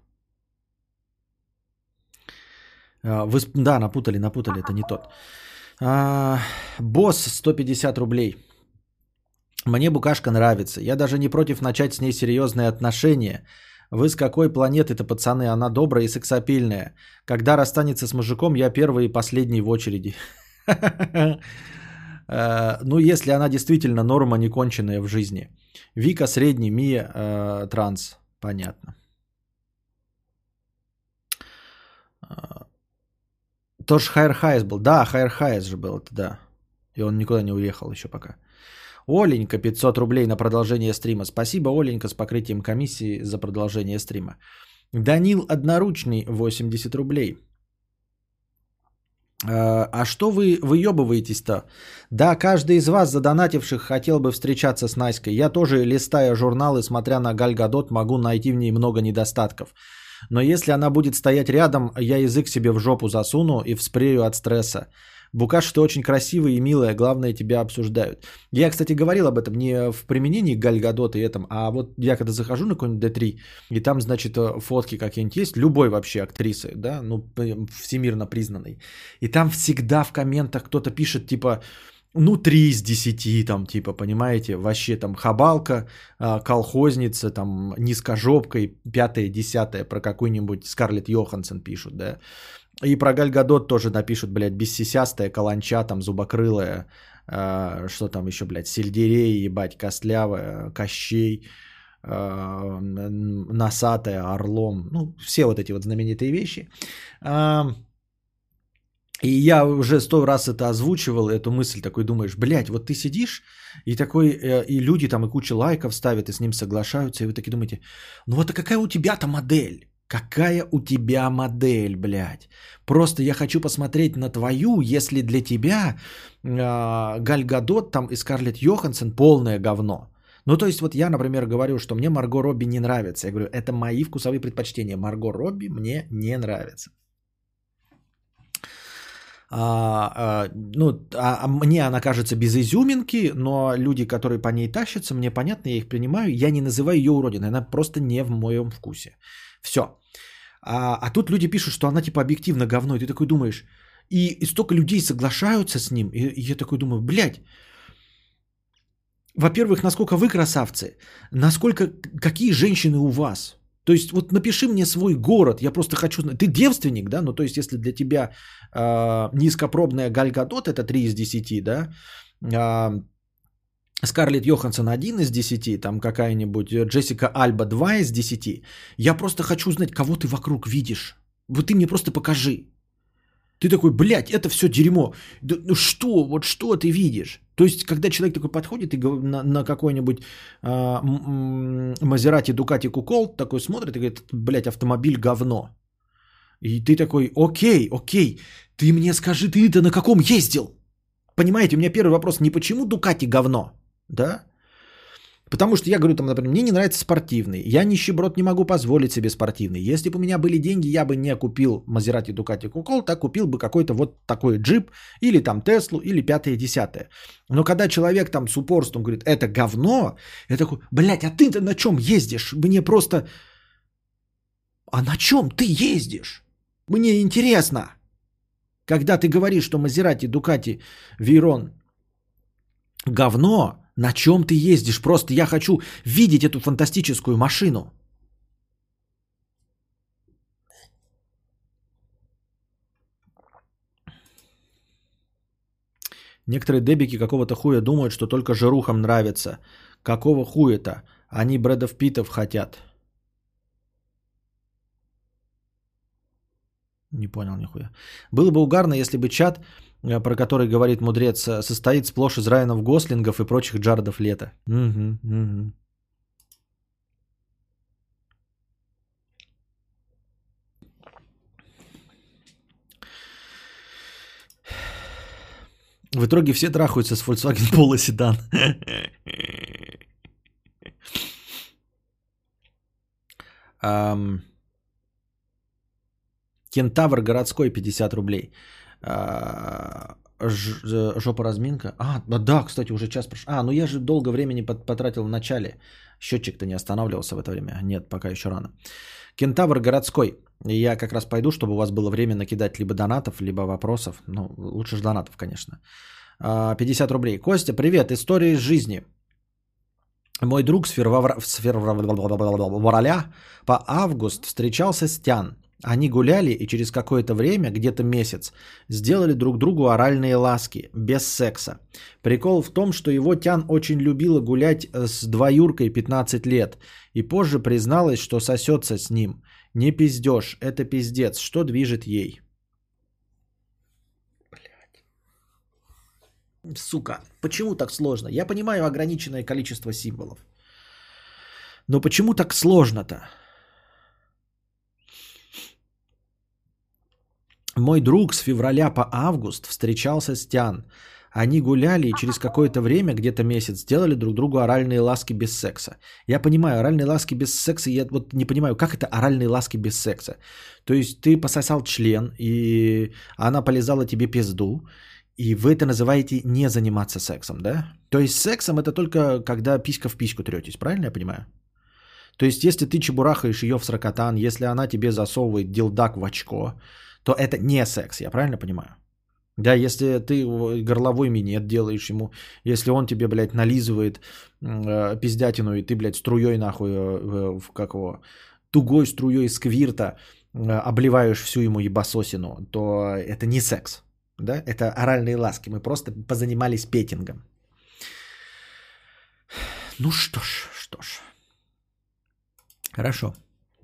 Вы, да, напутали, это не тот. Босс 150 рублей. Мне букашка нравится. Я даже не против начать с ней серьезные отношения. Вы с какой планеты-то, пацаны? Она добрая и сексапильная. Когда расстанется с мужиком, я первый и последний в очереди. Ну, если она действительно норма, не конченая в жизни. Вика средний, Мия транс. Понятно. Тоже Хайр Хайс был. Да, Хайр Хайс же был, это да. И он никуда не уехал еще пока. Оленька, 500 рублей на продолжение стрима. Спасибо, Оленька, с покрытием комиссии за продолжение стрима. Данил Одноручный, 80 рублей. А что вы выебываетесь-то? Да, каждый из вас, задонативших, хотел бы встречаться с Наськой. Я тоже, листая журналы, смотря на Галь Гадот, могу найти в ней много недостатков. Но если она будет стоять рядом, я язык себе в жопу засуну и вспрею от стресса. Букаш, ты очень красивая и милая, главное, тебя обсуждают. Я, кстати, говорил об этом не в применении Галь Гадот и этом, а вот я когда захожу на какой-нибудь D3, и там, значит, фотки какие-нибудь есть, любой вообще актрисы, да, ну, всемирно признанной. И там всегда в комментах кто-то пишет, типа, ну, 3 из 10, там, типа, понимаете, вообще там хабалка, колхозница, там, низкожопка и 5-10 про какую-нибудь Скарлетт Йоханссон пишут, да. И про Галь Гадот тоже напишут, блядь, бессисястая, каланча, там, зубокрылая, что там еще, блядь, сельдерей, ебать, костлявая, Кощей, носатая, орлом. Ну, все вот эти вот знаменитые вещи. И я уже 100 раз это озвучивал, эту мысль, такой думаешь, блядь, вот ты сидишь, и такой, и люди там и куча лайков ставят, и с ним соглашаются, и вы такие думаете, ну вот а какая у тебя-то модель? Какая у тебя модель, блядь? Просто я хочу посмотреть на твою, если для тебя Галь Гадот там и Скарлетт Йоханссон полное говно. Ну, то есть вот я, например, говорю, что мне Марго Робби не нравится. Я говорю, это мои вкусовые предпочтения. Марго Робби мне не нравится. Мне она кажется без изюминки, но люди, которые по ней тащатся, мне понятно, я их принимаю. Я не называю ее уродиной, она просто не в моем вкусе. Все. А тут люди пишут, что она типа объективно говно, и ты такой думаешь, и столько людей соглашаются с ним, и я такой думаю, блядь, во-первых, насколько вы красавцы, какие женщины у вас? То есть вот напиши мне свой город, я просто хочу знать, ты девственник, да, ну то есть если для тебя низкопробная Галь Гадот это 3 из 10, да, Скарлетт Йоханссон 1 из 10, там какая-нибудь Джессика Альба 2 из 10. Я просто хочу знать, кого ты вокруг видишь. Вот ты мне просто покажи. Ты такой, блядь, это все дерьмо. Да, ну что, вот что ты видишь? То есть, когда человек такой подходит и на какой-нибудь Мазерати, Дукати, Кукол такой смотрит и говорит, блядь, автомобиль говно. И ты такой, окей, ты мне скажи, ты-то на каком ездил? Понимаете, у меня первый вопрос не почему Дукати говно, да? Потому что я говорю, там, например, мне не нравится спортивный. Я нищеброд, не могу позволить себе спортивный. Если бы у меня были деньги, я бы не купил Мазерати, Дукати, Кукол, так купил бы какой-то вот такой джип, или там Теслу, или 5-10. Но когда человек там с упорством говорит, это говно, я такой, блядь, а ты-то на чем ездишь? Мне просто... А на чем ты ездишь? Мне интересно. Когда ты говоришь, что Мазерати, Дукати, Вейрон говно, на чем ты ездишь? Просто я хочу видеть эту фантастическую машину. Некоторые дебики какого-то хуя думают, что только жирухам нравится. Какого хуя-то? Они Брэдов Питтов хотят. Не понял нихуя. Было бы угарно, если бы чат, про который говорит мудрец, состоит сплошь из Райанов Гослингов и прочих Джаредов Лето. Угу. В итоге все трахаются с Volkswagen Polo седан. Кентавр городской 50 рублей. Жопа разминка. Да, кстати, уже час прошел. Ну я же долго времени потратил в начале. Счетчик-то не останавливался в это время. Нет, пока еще рано. Кентавр городской. Я как раз пойду, чтобы у вас было время накидать либо донатов, либо вопросов. Ну, лучше же донатов, конечно. 50 рублей. Костя, привет. История из жизни. Мой друг с февраля по август встречался с Тян. Они гуляли и через какое-то время, где-то месяц, сделали друг другу оральные ласки, без секса. Прикол в том, что его Тян очень любила гулять с двоюркой 15 лет и позже призналась, что сосется с ним. Не пиздешь, это пиздец. Что движет ей? Блядь. Сука, почему так сложно? Я понимаю ограниченное количество символов. Но почему так сложно-то? Мой друг с февраля по август встречался с Тян. Они гуляли и через какое-то время, где-то месяц, сделали друг другу оральные ласки без секса. Я понимаю, оральные ласки без секса, я вот не понимаю, как это оральные ласки без секса? То есть ты пососал член, и она полизала тебе пизду, и вы это называете не заниматься сексом, да? То есть сексом это только когда писька в письку третесь, правильно я понимаю? То есть если ты чебурахаешь ее в сракотан, если она тебе засовывает дилдак в очко, то это не секс, я правильно понимаю? Да, если ты горловой минет делаешь ему, если он тебе, блядь, нализывает пиздятину, и ты, блядь, струей нахуй, как его, тугой струей сквирта обливаешь всю ему ебасосину, то это не секс, да? Это оральные ласки, мы просто позанимались петингом. Ну что ж. Хорошо.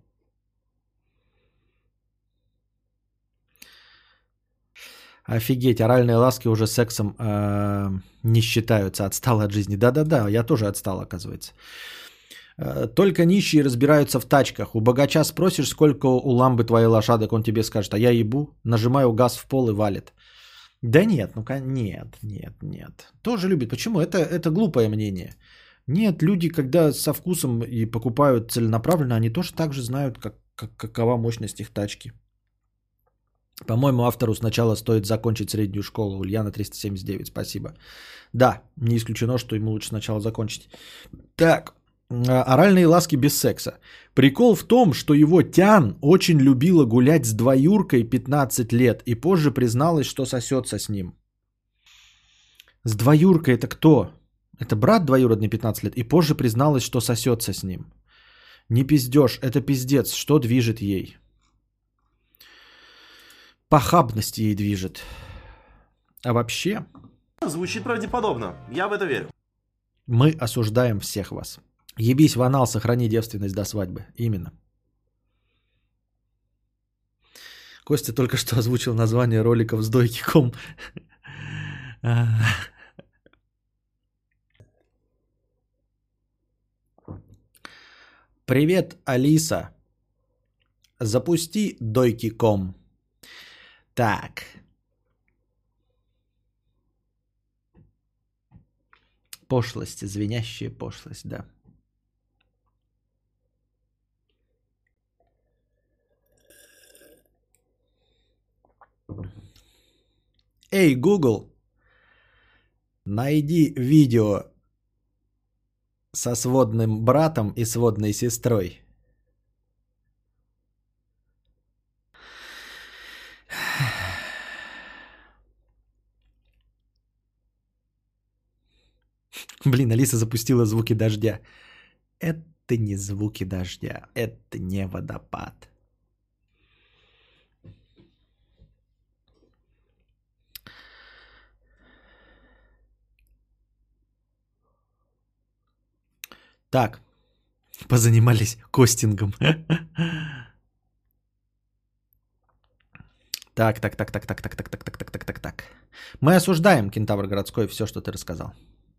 Офигеть, оральные ласки уже сексом не считаются, отстал от жизни. Да, я тоже отстал, оказывается. Только нищие разбираются в тачках. У богача спросишь, сколько у ламбы твоей лошадок, он тебе скажет, а я ебу, нажимаю газ в пол и валит. Да нет, нет. Тоже любит. Почему? Это глупое мнение. Нет, люди, когда со вкусом и покупают целенаправленно, они тоже так же знают, какова мощность их тачки. По-моему, автору сначала стоит закончить среднюю школу. Ульяна 379, спасибо. Да, не исключено, что ему лучше сначала закончить. Так, оральные ласки без секса. Прикол в том, что его Тян очень любила гулять с двоюркой 15 лет и позже призналась, что сосется с ним. С двоюркой это кто? Это брат двоюродный 15 лет и позже призналась, что сосется с ним. Не пиздешь, это пиздец. Что движет ей? Похабность ей движет. А вообще... Звучит правдеподобно. Я в это верю. Мы осуждаем всех вас. Ебись в анал, сохрани девственность до свадьбы. Именно. Костя только что озвучил название роликов с Дойки.ком. Привет, Алиса. Запусти Дойки.ком. Так. Пошлость, звенящая пошлость, да. Эй, Google, найди видео со сводным братом и сводной сестрой. Блин, Алиса запустила звуки дождя. Это не звуки дождя, это не водопад. Так, позанимались костингом. Так. Мы осуждаем, Кентавр городской, все, что ты рассказал.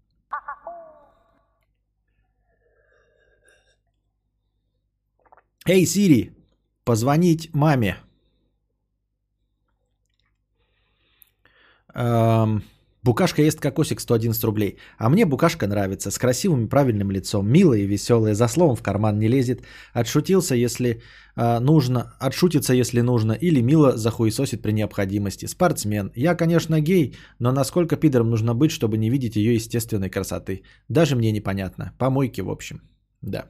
Эй, Сири, позвонить маме. Букашка ест кокосик 111 рублей. А мне букашка нравится. С красивым и правильным лицом. Милая и веселая. За словом в карман не лезет. Отшутился, если нужно. Отшутится, если нужно. Или мило захуесосит при необходимости. Спортсмен. Я, конечно, гей, но насколько пидором нужно быть, чтобы не видеть ее естественной красоты? Даже мне непонятно. Помойки, в общем. Да.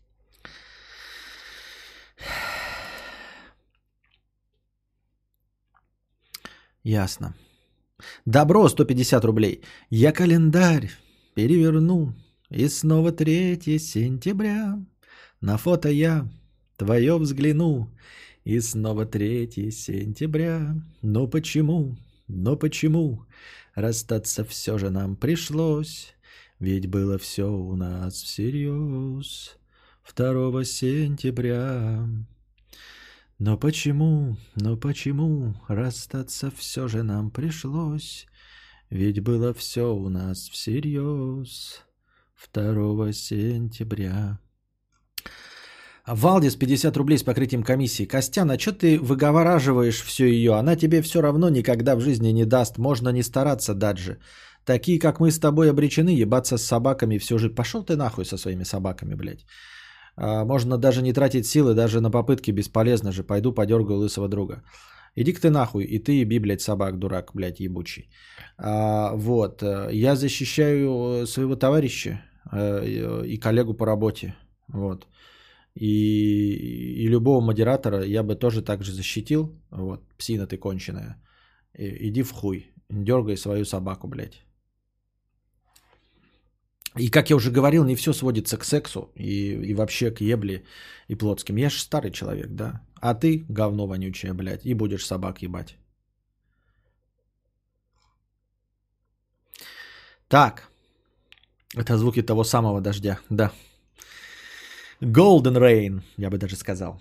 Ясно. Добро, 150 рублей. Я календарь переверну, и снова 3 сентября. На фото я твое взгляну, и снова 3 сентября. Но почему расстаться все же нам пришлось? Ведь было все у нас всерьез 2 сентября. Но почему расстаться все же нам пришлось? Ведь было все у нас всерьез 2 сентября. Валдис, 50 рублей с покрытием комиссии. Костян, а что ты выгораживаешь всю ее? Она тебе все равно никогда в жизни не даст. Можно не стараться даже. Такие, как мы с тобой, обречены ебаться с собаками всю жизнь. Пошел ты нахуй со своими собаками, блядь. Можно даже не тратить силы, даже на попытки бесполезно же. Пойду подергаю лысого друга. Иди-ка ты нахуй, и ты еби, блядь, собак, дурак, блядь, ебучий. Вот, я защищаю своего товарища и коллегу по работе, вот. И любого модератора я бы тоже так же защитил, вот, псина ты конченая. Иди в хуй, дергай свою собаку, блядь. И, как я уже говорил, не все сводится к сексу и вообще к ебле и плотским. Я же старый человек, да. А ты, говно вонючее, блядь, и будешь собак ебать. Так. Это звуки того самого дождя, да. Golden Rain, я бы даже сказал.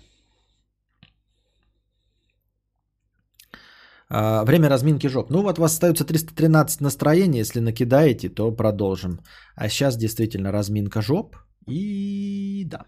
Время разминки жоп. Ну вот у вас остается 313 настроений. Если накидаете, то продолжим. А сейчас действительно разминка жоп. И да.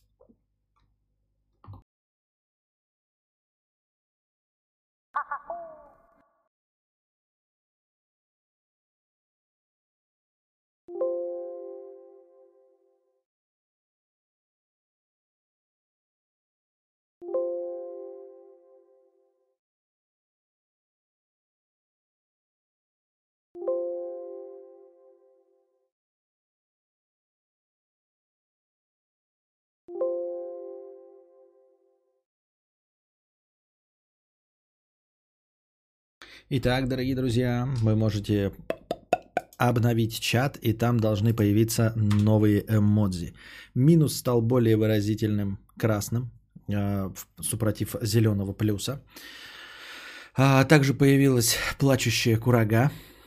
Итак, дорогие друзья, вы можете обновить чат, и там должны появиться новые эмодзи. Минус стал более выразительным красным, супротив зеленого плюса. Также появилась плачущая курага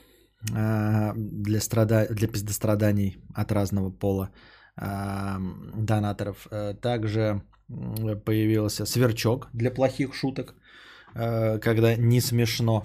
для пиздостраданий от разного пола донаторов. Также появился сверчок для плохих шуток, когда не смешно.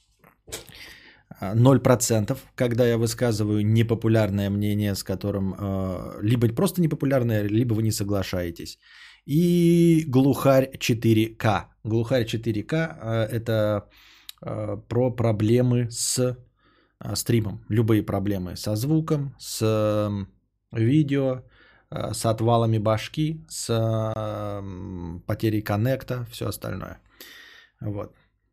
0%, когда я высказываю непопулярное мнение, с которым либо просто непопулярное, либо вы не соглашаетесь. И глухарь 4К. Глухарь 4К это про проблемы с стримом. Любые проблемы со звуком, с видео, с отвалами башки, с потерей коннекта, все остальное. Вот.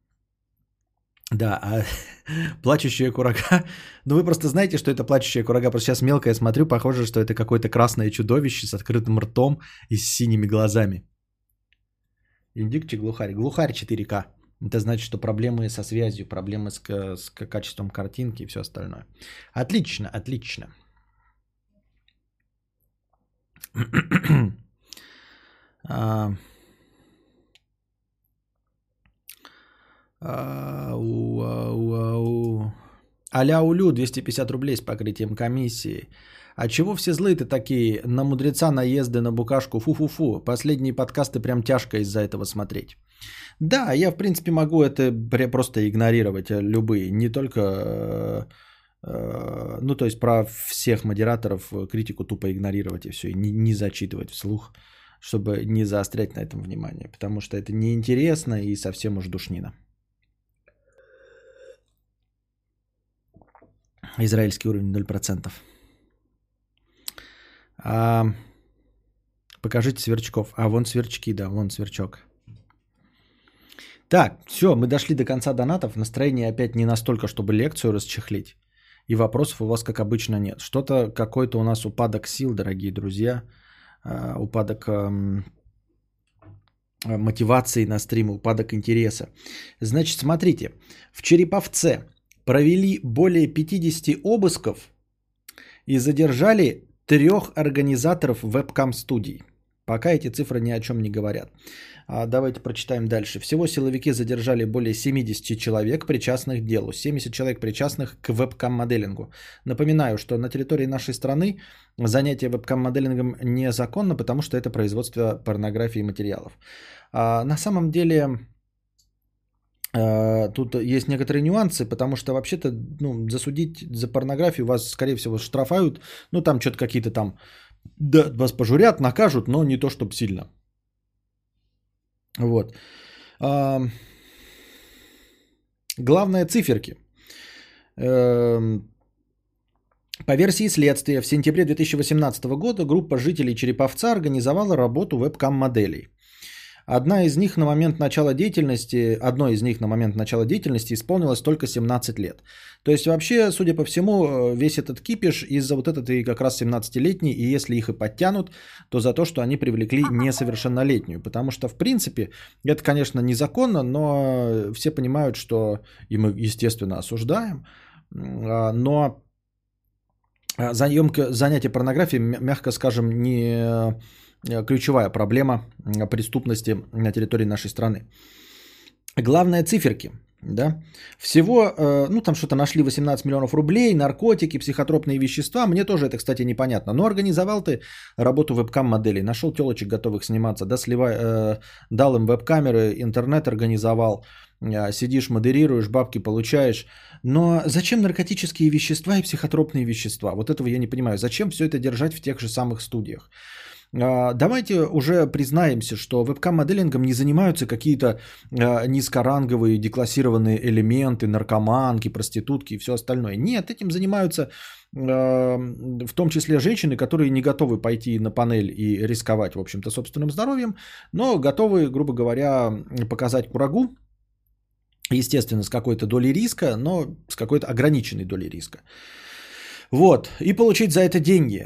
Да, плачущая курага. Ну, вы просто знаете, что это плачущая курага. Просто сейчас мелко я смотрю, похоже, что это какое-то красное чудовище с открытым ртом и с синими глазами. Индикчик глухарь. Глухарь 4К. Это значит, что проблемы со связью, проблемы с качеством картинки и все остальное. Отлично, отлично. Аля-улю, 250 рублей с покрытием комиссии. А чего все злые-то такие? На мудреца наезды на букашку. Фу-фу-фу. Последние подкасты прям тяжко из-за этого смотреть. Да, я в принципе могу это просто игнорировать. Любые. Не только... Ну, то есть про всех модераторов критику тупо игнорировать и все. И не зачитывать вслух, чтобы не заострять на этом внимание. Потому что это неинтересно и совсем уж душнина. Израильский уровень 0%. Покажите сверчков. А вон сверчки, да, вон сверчок. Так, все, мы дошли до конца донатов. Настроение опять не настолько, чтобы лекцию расчехлить. И вопросов у вас, как обычно, нет. Что-то, какой-то у нас упадок сил, дорогие друзья. Упадок мотивации на стрим, упадок интереса. Значит, смотрите. В Череповце провели более 50 обысков и задержали 3 организаторов вебкам-студий. Пока эти цифры ни о чем не говорят. Давайте прочитаем дальше. Всего силовики задержали более 70 человек, причастных к делу. 70 человек, причастных к вебкам-моделингу. Напоминаю, что на территории нашей страны занятие вебкам-моделингом незаконно, потому что это производство порнографии и материалов. На самом деле, тут есть некоторые нюансы, потому что вообще-то засудить за порнографию вас, скорее всего, штрафуют. Ну, там что-то какие-то там, да, вас пожурят, накажут, но не то, чтобы сильно. Вот. Главное циферки. По версии следствия, в сентябре 2018 года группа жителей Череповца организовала работу вебкам-моделей. Одной из них на момент начала деятельности исполнилось только 17 лет. То есть вообще, судя по всему, весь этот кипиш из-за вот этой как раз 17-летней, и если их и подтянут, то за то, что они привлекли несовершеннолетнюю. Потому что, в принципе, это, конечно, незаконно, но все понимают, что, и мы, естественно, осуждаем, но занятие порнографией, мягко скажем, не ключевая проблема преступности на территории нашей страны. Главное циферки. Да? Всего, там что-то нашли 18 миллионов рублей, наркотики, психотропные вещества. Мне тоже это, кстати, непонятно. Но организовал ты работу вебкам-моделей, нашел телочек, готовых сниматься, да, дал им веб-камеры, интернет организовал, сидишь, модерируешь, бабки получаешь. Но зачем наркотические вещества и психотропные вещества? Вот этого я не понимаю. Зачем все это держать в тех же самых студиях? Давайте уже признаемся, что вебкам-моделингом не занимаются какие-то низкоранговые деклассированные элементы, наркоманки, проститутки и все остальное. Нет, этим занимаются в том числе женщины, которые не готовы пойти на панель и рисковать, в общем-то, собственным здоровьем, но готовы, грубо говоря, показать курагу, естественно, с какой-то долей риска, но с какой-то ограниченной долей риска. Вот, и получить за это деньги.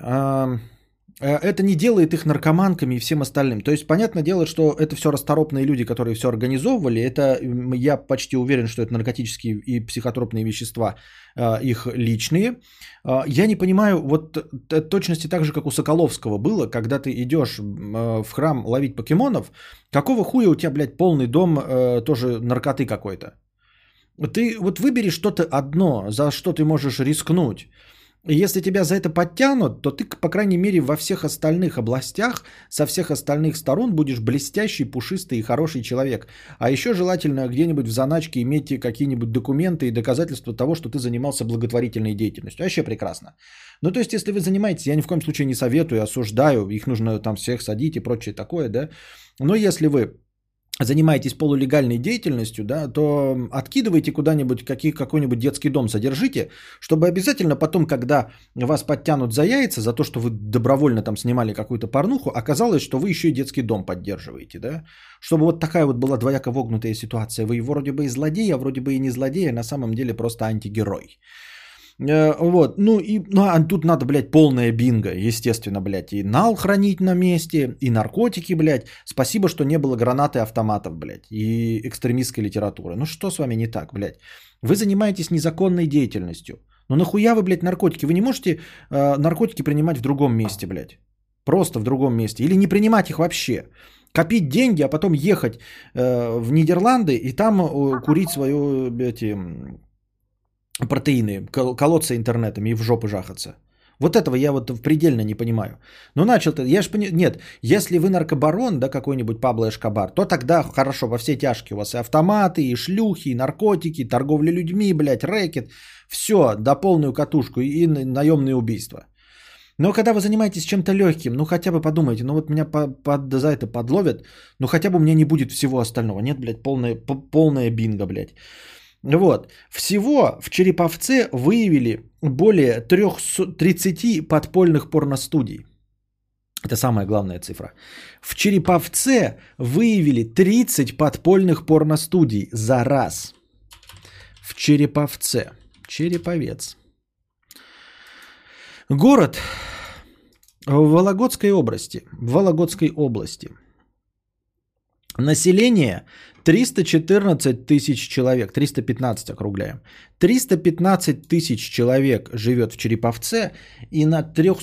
Это не делает их наркоманками и всем остальным. То есть, понятное дело, что это все расторопные люди, которые все организовывали. Это, я почти уверен, что это наркотические и психотропные вещества их личные. Я не понимаю, вот точности так же, как у Соколовского было, когда ты идешь в храм ловить покемонов, какого хуя у тебя, блядь, полный дом тоже наркоты какой-то? Ты вот выбери что-то одно, за что ты можешь рискнуть. И если тебя за это подтянут, то ты, по крайней мере, во всех остальных областях, со всех остальных сторон будешь блестящий, пушистый и хороший человек. А еще желательно где-нибудь в заначке иметь какие-нибудь документы и доказательства того, что ты занимался благотворительной деятельностью. Вообще прекрасно. Ну, то есть, если вы занимаетесь, я ни в коем случае не советую, осуждаю, их нужно там всех садить и прочее такое, да. Но если вы занимаетесь полулегальной деятельностью, да, то откидывайте куда-нибудь, какой-нибудь детский дом содержите, чтобы обязательно потом, когда вас подтянут за яйца, за то, что вы добровольно там снимали какую-то порнуху, оказалось, что вы еще и детский дом поддерживаете, да, чтобы вот такая вот была двояко вогнутая ситуация. Вы вроде бы и злодей, а вроде бы и не злодей, а на самом деле просто антигерой. Вот, а тут надо, блядь, полная бинго, естественно, блядь, и нал хранить на месте, и наркотики, блядь, спасибо, что не было гранаты автоматов, блядь, и экстремистской литературы. Ну что с вами не так, блядь? Вы занимаетесь незаконной деятельностью, но нахуя вы, блядь, наркотики? Вы не можете наркотики принимать в другом месте, блядь, просто в другом месте, или не принимать их вообще? Копить деньги, а потом ехать в Нидерланды и там курить свою, протеины, колоться интернетами и в жопу жахаться. Вот этого я вот предельно не понимаю. Ну, начал-то, нет, если вы наркобарон, да, какой-нибудь Пабло Эшкобар, то тогда хорошо, во все тяжкие у вас и автоматы, и шлюхи, и наркотики, и торговля людьми, блядь, рэкет, все, до полную катушку, и наемные убийства. Но когда вы занимаетесь чем-то легким, ну, хотя бы подумайте, ну, вот меня за это подловят, ну, хотя бы у меня не будет всего остального. Нет, блядь, полная бинго, блядь. Вот. Всего в Череповце выявили более 30 подпольных порностудий. Это самая главная цифра. В Череповце выявили 30 подпольных порностудий за раз. В Череповце. Череповец. Город в Вологодской области. Население 314 тысяч человек, 315 округляем. 315 тысяч человек живет в Череповце, и на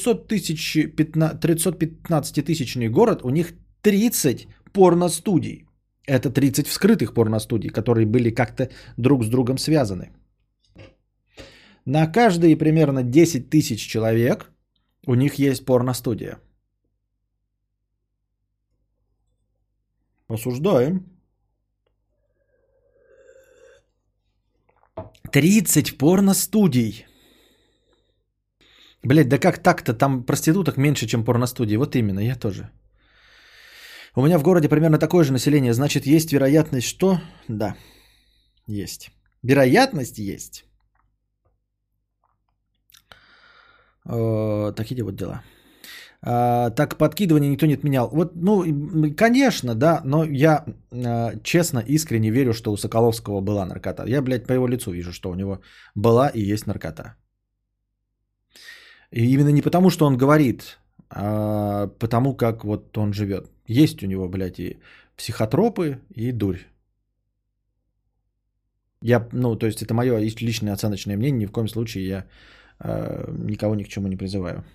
315-тысячный город у них 30 порностудий. Это 30 вскрытых порностудий, которые были как-то друг с другом связаны. На каждые примерно 10 тысяч человек у них есть порностудия. Осуждаем. 30 порностудий. Блять, да как так-то? Там проституток меньше, чем порностудий. Вот именно, я тоже. У меня в городе примерно такое же население. Значит, есть вероятность, что... Да, есть. Вероятность есть. Такие вот дела. Так подкидывание никто не отменял. Вот, ну, конечно, да, но я честно, искренне верю, что у Соколовского была наркота. Я, блядь, по его лицу вижу, что у него была и есть наркота. И именно не потому, что он говорит, а потому, как вот он живет. Есть у него, блядь, и психотропы, и дурь. Я, ну, то есть это мое личное оценочное мнение, ни в коем случае я никого ни к чему не призываю.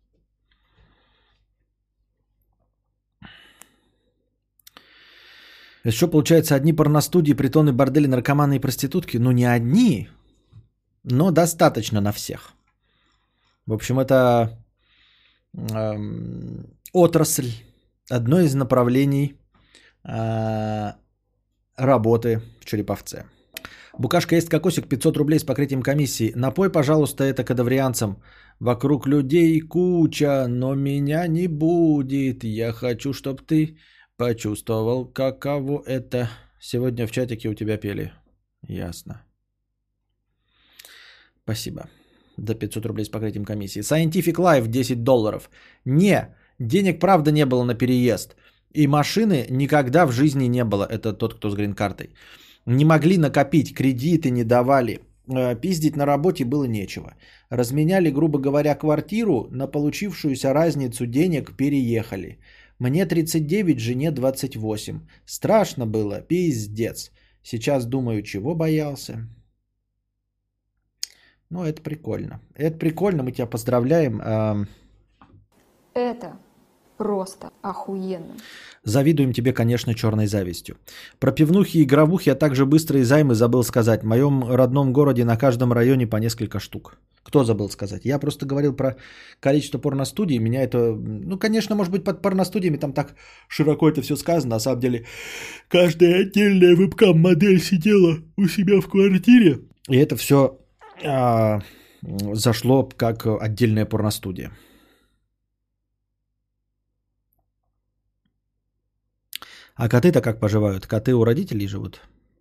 Что получается, одни порностудии, притоны, бордели, наркоманы и проститутки? Ну, не одни, но достаточно на всех. В общем, это отрасль, одно из направлений работы в Череповце. Букашка есть кокосик, 500 рублей с покрытием комиссии. Напой, пожалуйста, это кадаврианцам. Вокруг людей куча, но меня не будет. Я хочу, чтоб ты почувствовал, каково это. Сегодня в чатике у тебя пели. Ясно. Спасибо. До 500 рублей с покрытием комиссии. Scientific Life $10. Не, денег правда не было на переезд. И машины никогда в жизни не было. Это тот, кто с грин-картой. Не могли накопить, кредиты не давали. Пиздить на работе было нечего. Разменяли, грубо говоря, квартиру, на получившуюся разницу денег переехали. Мне 39, жене 28. Страшно было, пиздец. Сейчас думаю, чего боялся. Ну, это прикольно. Это прикольно, мы тебя поздравляем. Это просто охуенно. Завидуем тебе, конечно, черной завистью. Про пивнухи и игровухи, а также быстрые займы забыл сказать. В моем родном городе на каждом районе по несколько штук. Кто забыл сказать? Я просто говорил про количество порностудий. Меня это... Ну, конечно, может быть, под порностудиями там так широко это все сказано. На самом деле, каждая отдельная вебкам-модель сидела у себя в квартире. И это все зашло как отдельная порностудия. А коты-то как поживают? Коты у родителей живут?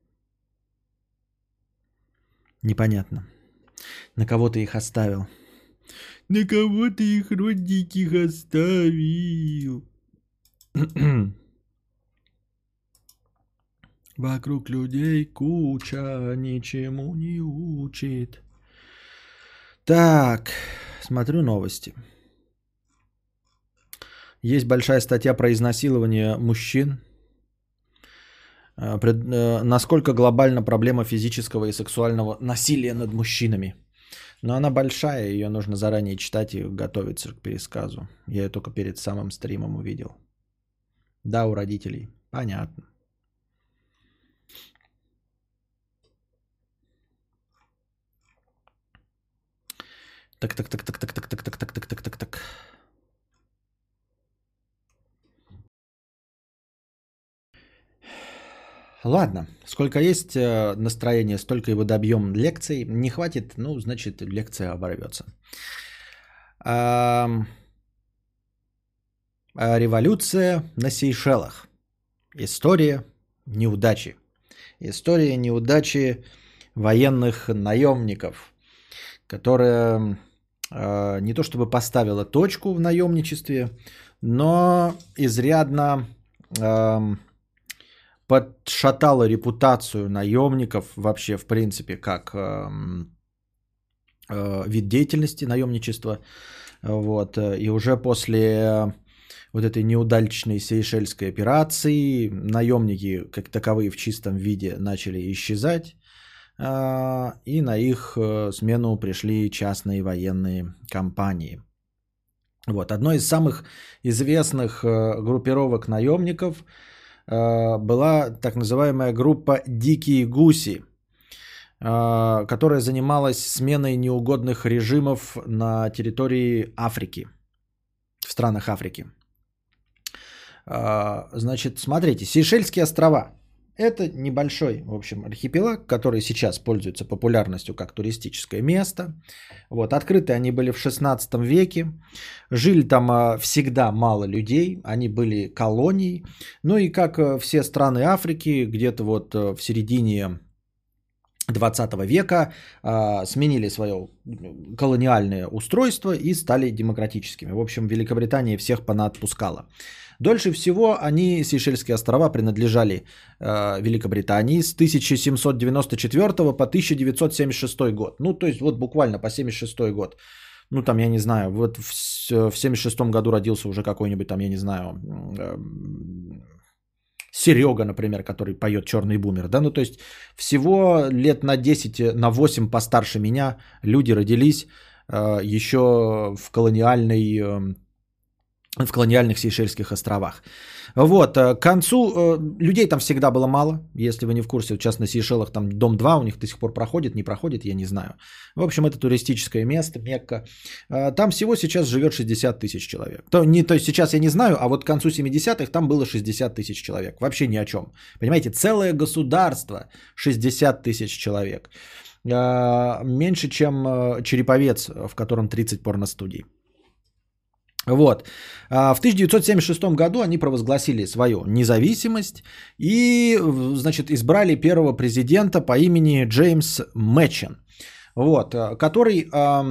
Непонятно. На кого ты их оставил? На кого ты их, родненьких, оставил? Вокруг людей куча, ничему не учит. Так, смотрю новости. Есть большая статья про изнасилование мужчин. Насколько глобальна проблема физического и сексуального насилия над мужчинами. Но она большая, ее нужно заранее читать и готовиться к пересказу. Я ее только перед самым стримом увидел. Да, у родителей. Понятно. Так. Ладно, сколько есть настроения, столько и водобьем лекций. Не хватит, ну, значит, лекция оборвется. Революция на Сейшелах. История неудачи. История неудачи военных наемников, которая не то чтобы поставила точку в наемничестве, но изрядно подшатала репутацию наемников вообще в принципе как вид деятельности наемничества. Вот. И уже после вот этой неудачной сейшельской операции наемники как таковые в чистом виде начали исчезать. И на их смену пришли частные военные компании. Вот. Одной из самых известных группировок наемников была так называемая группа «Дикие гуси», которая занималась сменой неугодных режимов на территории Африки, в странах Африки. Значит, смотрите, Сейшельские острова. Это небольшой, в общем, архипелаг, который сейчас пользуется популярностью как туристическое место. Вот, открыты они были в 16 веке. Жили там всегда мало людей, они были колонией. Ну и как все страны Африки, где-то вот в середине 20 века сменили свое колониальное устройство и стали демократическими. В общем, Великобритания всех понаотпускала. Дольше всего они, Сейшельские острова, принадлежали Великобритании с 1794 по 1976 год. Ну, то есть вот буквально по 76 год. Ну, там, я не знаю, вот в 76 году родился уже какой-нибудь там, я не знаю, Серега, например, который поет «Черный бумер». Да? Ну, то есть всего лет на 10, на 8 постарше меня люди родились еще в колониальных Сейшельских островах. Вот, к концу людей там всегда было мало, если вы не в курсе, сейчас на Сейшелах там дом 2 у них до сих пор проходит, не проходит, я не знаю. В общем, это туристическое место, Мекка. Там всего сейчас живет 60 тысяч человек. То есть сейчас я не знаю, а вот к концу 70-х там было 60 тысяч человек. Вообще ни о чем. Понимаете, целое государство 60 тысяч человек. Меньше, чем Череповец, в котором 30 порностудий. Вот. В 1976 году они провозгласили свою независимость и, значит, избрали первого президента по имени Джеймс Мэтчен, вот, который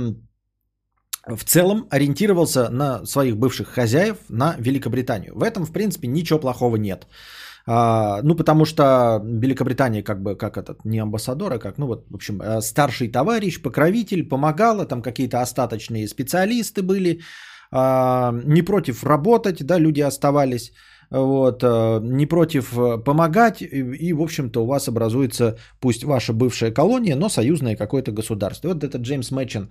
в целом ориентировался на своих бывших хозяев, на Великобританию. В этом, в принципе, ничего плохого нет. Ну, потому что Великобритания как бы, как этот, не амбассадор, а как, ну вот, в общем, старший товарищ, покровитель, помогала, там какие-то остаточные специалисты были, не против работать, да, люди оставались, вот, не против помогать, и, в общем-то, у вас образуется, пусть ваша бывшая колония, но союзное какое-то государство. И вот этот Джеймс Мэтчен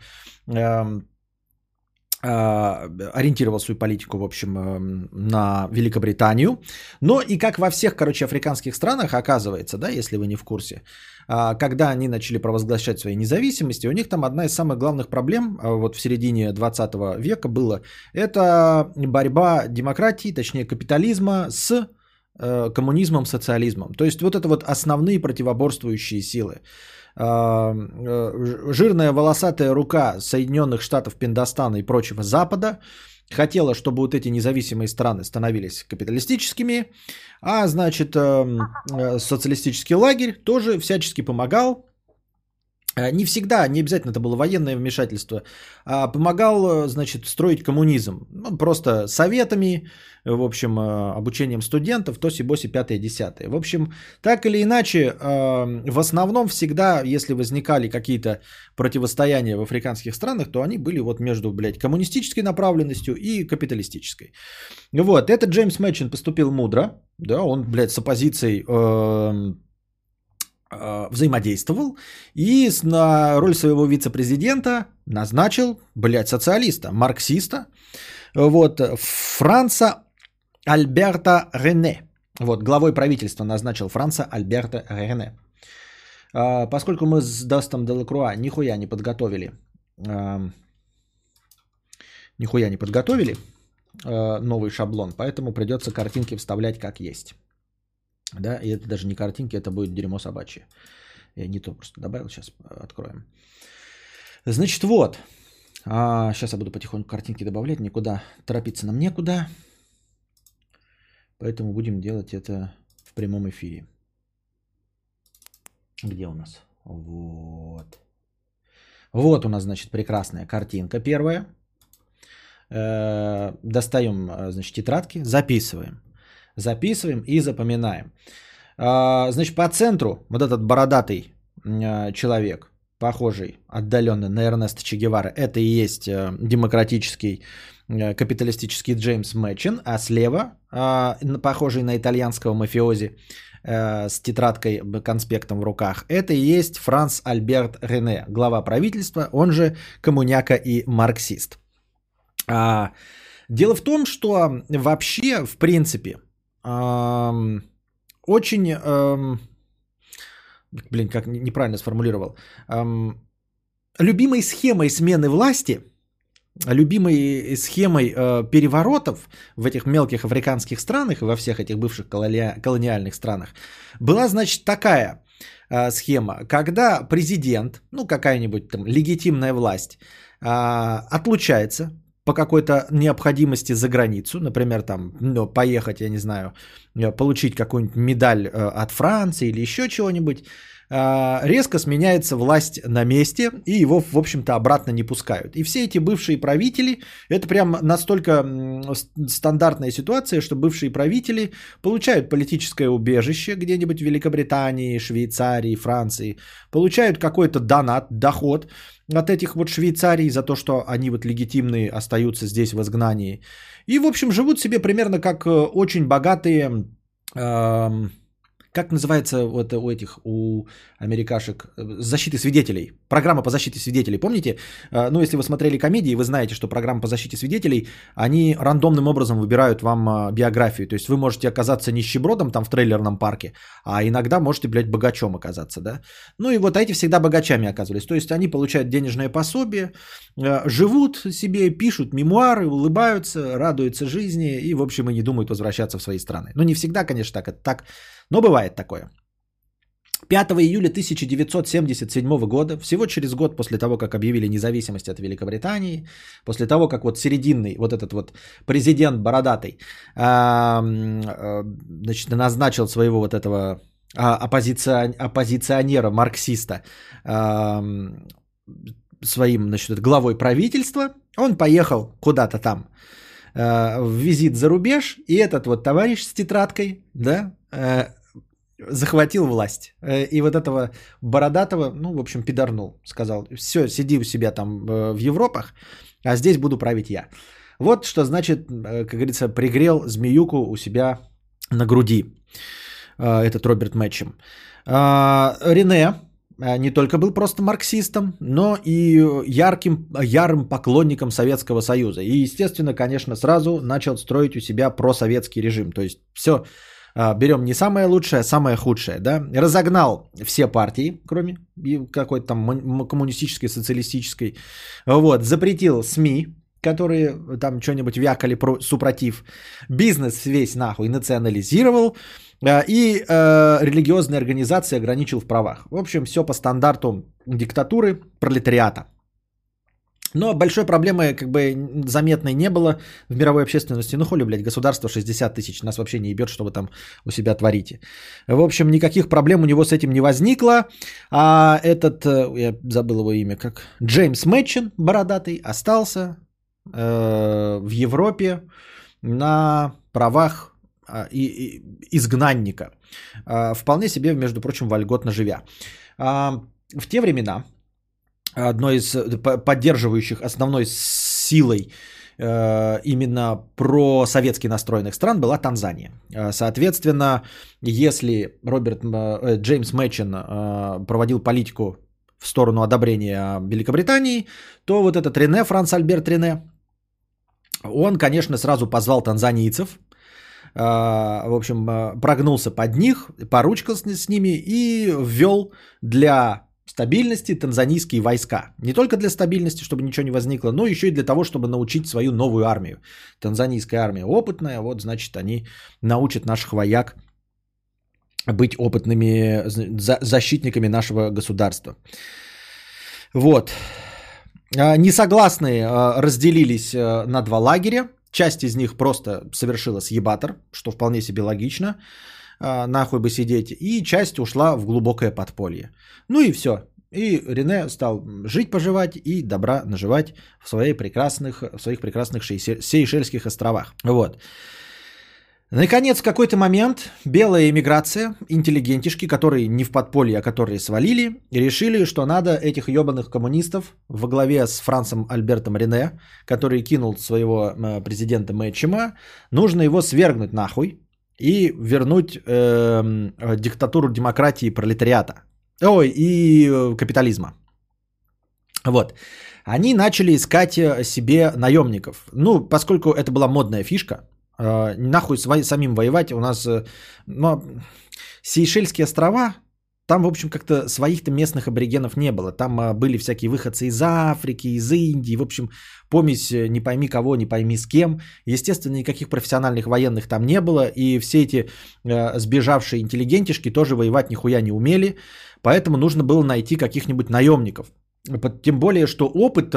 ориентировал свою политику, в общем, на Великобританию. Но и как во всех, короче, африканских странах, оказывается, да, если вы не в курсе, когда они начали провозглашать свои независимости, у них там одна из самых главных проблем вот в середине 20 века было, это борьба демократии, точнее капитализма с коммунизмом, социализмом. То есть вот это вот основные противоборствующие силы. Жирная волосатая рука Соединенных Штатов, Пиндостана и прочего Запада хотела, чтобы вот эти независимые страны становились капиталистическими, а значит социалистический лагерь тоже всячески помогал. Не всегда, не обязательно это было военное вмешательство, а помогал, значит, строить коммунизм. Ну, просто советами, в общем, обучением студентов, тоси-боси, 5-10. В общем, так или иначе, в основном всегда, если возникали какие-то противостояния в африканских странах, то они были вот между, блядь, коммунистической направленностью и капиталистической. Вот, этот Джеймс Мэтчен поступил мудро, да, он, блядь, с оппозицией взаимодействовал и на роль своего вице-президента назначил, блядь, социалиста, марксиста, вот, Франца Альберта Рене. Вот, главой правительства назначил Франца Альберта Рене. Поскольку мы с Дастом Делакруа нихуя не подготовили новый шаблон, поэтому придется картинки вставлять как есть. Да, и это даже не картинки, это будет дерьмо собачье. Я не то просто добавил, сейчас откроем. Значит, вот. Сейчас я буду потихоньку картинки добавлять, никуда торопиться нам некуда. Поэтому будем делать это в прямом эфире. Где у нас? Вот. Вот у нас, значит, прекрасная картинка первая. Достаем, значит, тетрадки, записываем. Записываем и запоминаем. Значит, по центру вот этот бородатый человек, похожий отдаленно на Эрнеста Че Гевара, это и есть демократический капиталистический Джеймс Мэчин, а слева, похожий на итальянского мафиози с тетрадкой, конспектом в руках, это и есть Франц Альберт Рене, глава правительства, он же коммуняка и марксист. Дело в том, что вообще, в принципе, очень, как неправильно сформулировал, любимой схемой смены власти, любимой схемой переворотов в этих мелких африканских странах и во всех этих бывших колониальных странах была, значит, такая схема, когда президент, ну какая-нибудь там легитимная власть отлучается по какой-то необходимости за границу, например, там, поехать, я не знаю, получить какую-нибудь медаль от Франции или еще чего-нибудь, резко сменяется власть на месте, и его, в общем-то, обратно не пускают. И все эти бывшие правители, это прям настолько стандартная ситуация, что бывшие правители получают политическое убежище где-нибудь в Великобритании, Швейцарии, Франции, получают какой-то доход от этих вот Швейцарий за то, что они вот легитимные остаются здесь в изгнании. И, в общем, живут себе примерно как очень богатые... Как называется вот у америкашек защиты свидетелей? Программа по защите свидетелей. Помните? Ну, если вы смотрели комедии, вы знаете, что программа по защите свидетелей, они рандомным образом выбирают вам биографию. То есть вы можете оказаться нищебродом там в трейлерном парке, а иногда можете, богачом оказаться, да? Ну и вот эти всегда богачами оказывались. То есть они получают денежное пособие, живут себе, пишут мемуары, улыбаются, радуются жизни и, в общем, и не думают возвращаться в свои страны. Ну, не всегда, конечно, так, это так, но бывает такое. 5 июля 1977 года, всего через год после того, как объявили независимость от Великобритании, после того, как вот серединный, вот этот вот президент бородатый, значит, назначил своего вот этого оппозиционера, марксиста, своим, значит, главой правительства, он поехал куда-то там в визит за рубеж, и этот вот товарищ с тетрадкой, да, захватил власть. И вот этого бородатого, ну, в общем, пидорнул. Сказал, все, сиди у себя там в Европах, а здесь буду править я. Вот что значит, как говорится, пригрел змеюку у себя на груди. Этот Роберт Мэтчем. Рене не только был просто марксистом, но и ярым поклонником Советского Союза. И, естественно, конечно, сразу начал строить у себя просоветский режим. То есть все... Берем не самое лучшее, а самое худшее. Да? Разогнал все партии, кроме какой-то там коммунистической, социалистической. Вот. Запретил СМИ, которые там что-нибудь вякали супротив. Бизнес весь нахуй национализировал. И религиозные организации ограничил в правах. В общем, все по стандарту диктатуры пролетариата. Но большой проблемы как бы заметной не было в мировой общественности. Ну хули, блядь, государство 60 тысяч, нас вообще не ебет, что вы там у себя творите. В общем, никаких проблем у него с этим не возникло. А этот, я забыл его имя, как Джеймс Мэтчин, бородатый, остался в Европе на правах изгнанника. Вполне себе, между прочим, вольготно живя. В те времена одной из поддерживающих основной силой именно просоветски настроенных стран была Танзания. Соответственно, если Джеймс Мэтчин проводил политику в сторону одобрения Великобритании, то вот этот Рене, Франц Альберт Рене, он, конечно, сразу позвал танзанийцев, в общем, прогнулся под них, поручкался с ними и ввел для стабильности танзанийские войска. Не только для стабильности, чтобы ничего не возникло, но еще и для того, чтобы научить свою новую армию. Танзанийская армия опытная, вот, значит, они научат наших вояк быть опытными защитниками нашего государства. Вот. Несогласные разделились на два лагеря. Часть из них просто совершила съебатор, что вполне себе логично. нахуй бы сидеть, и часть ушла в глубокое подполье. Ну и все. И Рене стал жить-поживать и добра наживать в своих прекрасных Сейшельских островах. Вот. Наконец, в какой-то момент белая эмиграция, интеллигентишки, которые не в подполье, а которые свалили, решили, что надо этих ебаных коммунистов во главе с Франсом Альбертом Рене, который кинул своего президента Мэчима, нужно его свергнуть нахуй и вернуть диктатуру демократии и пролетариата. Ой, и капитализма. Вот. Они начали искать себе наемников. Ну, поскольку это была модная фишка, нахуй самим воевать. У нас Сейшельские острова, там, в общем, как-то своих-то местных аборигенов не было. Там были всякие выходцы из Африки, из Индии. В общем, помесь не пойми кого, не пойми с кем. Естественно, никаких профессиональных военных там не было. И все эти сбежавшие интеллигентишки тоже воевать нихуя не умели. Поэтому нужно было найти каких-нибудь наемников. Тем более, что опыт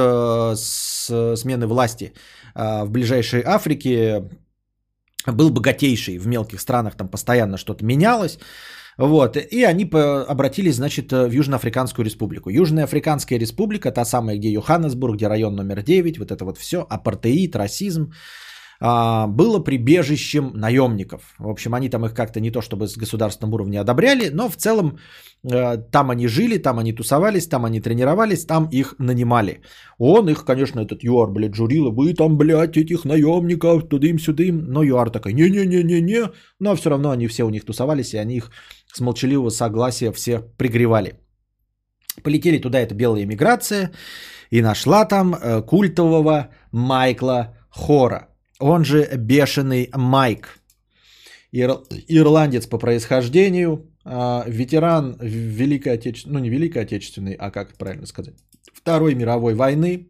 смены власти в ближайшей Африке был богатейший. В мелких странах там постоянно что-то менялось. Вот. И они обратились, значит, в Южноафриканскую республику. Южная Африканская республика, та самая, где Йоханнесбург, где район номер 9, вот это вот все, апартеид, расизм, было прибежищем наемников. В общем, они там их как-то не то чтобы с государственном уровне одобряли, но в целом там они жили, там они тусовались, там они тренировались, там их нанимали. Он их, конечно, этот ЮАР, блядь, журил, вы там, блядь, этих наемников, тудым-сюдым. Но ЮАР такой, не-не-не-не-не, но все равно они все у них тусовались, и они их с молчаливого согласия все пригревали. Полетели туда, это белая эмиграция, и нашла там культового Майкла Хора. Он же бешеный Майк, ирландец по происхождению, ветеран Великой Отечественной, ну не Великой Отечественной, а как правильно сказать, Второй мировой войны.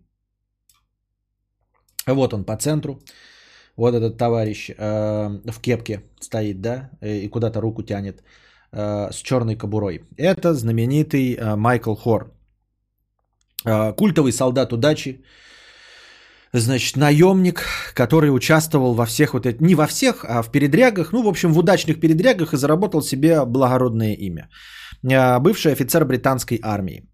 Вот он по центру, вот этот товарищ в кепке стоит, да, и куда-то руку тянет с черной кобурой. Это знаменитый Майкл Хор, культовый солдат удачи. Значит, наемник, который участвовал во всех вот этих, не во всех, а в передрягах, ну, в общем, в удачных передрягах и заработал себе благородное имя. Бывший офицер британской армии.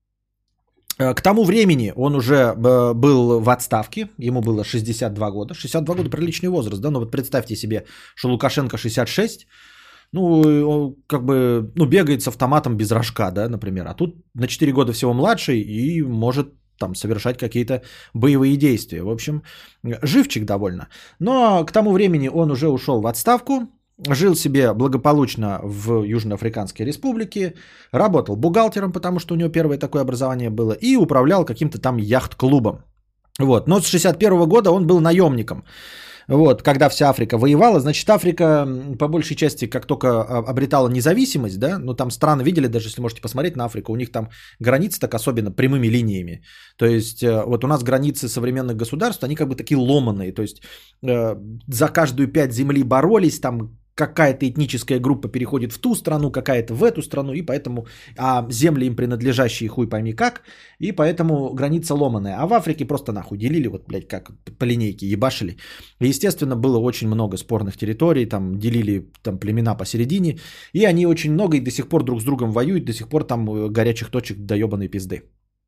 К тому времени он уже был в отставке, ему было 62 года. 62 года приличный возраст, да, но вот представьте себе, что Лукашенко 66, ну, как бы, ну, бегает с автоматом без рожка, да, например, а тут на 4 года всего младший и может там совершать какие-то боевые действия. В общем, живчик довольно. Но к тому времени он уже ушел в отставку, жил себе благополучно в Южноафриканской республике, работал бухгалтером, потому что у него первое такое образование было, и управлял каким-то там яхт-клубом. Вот. Но с 61 года он был наемником. Вот, когда вся Африка воевала, значит, Африка по большей части, как только обретала независимость, да, ну там страны видели, даже если можете посмотреть на Африку, у них там границы так особенно прямыми линиями. То есть вот у нас границы современных государств, они как бы такие ломаные, то есть за каждую 5 земли боролись, там какая-то этническая группа переходит в ту страну, какая-то в эту страну, и поэтому земли им принадлежащие хуй пойми как, и поэтому граница ломаная. А в Африке просто нахуй делили, вот, блядь, как по линейке ебашили. И, естественно, было очень много спорных территорий, там делили там племена посередине, и они очень много и до сих пор друг с другом воюют, до сих пор там горячих точек до ебаной пизды.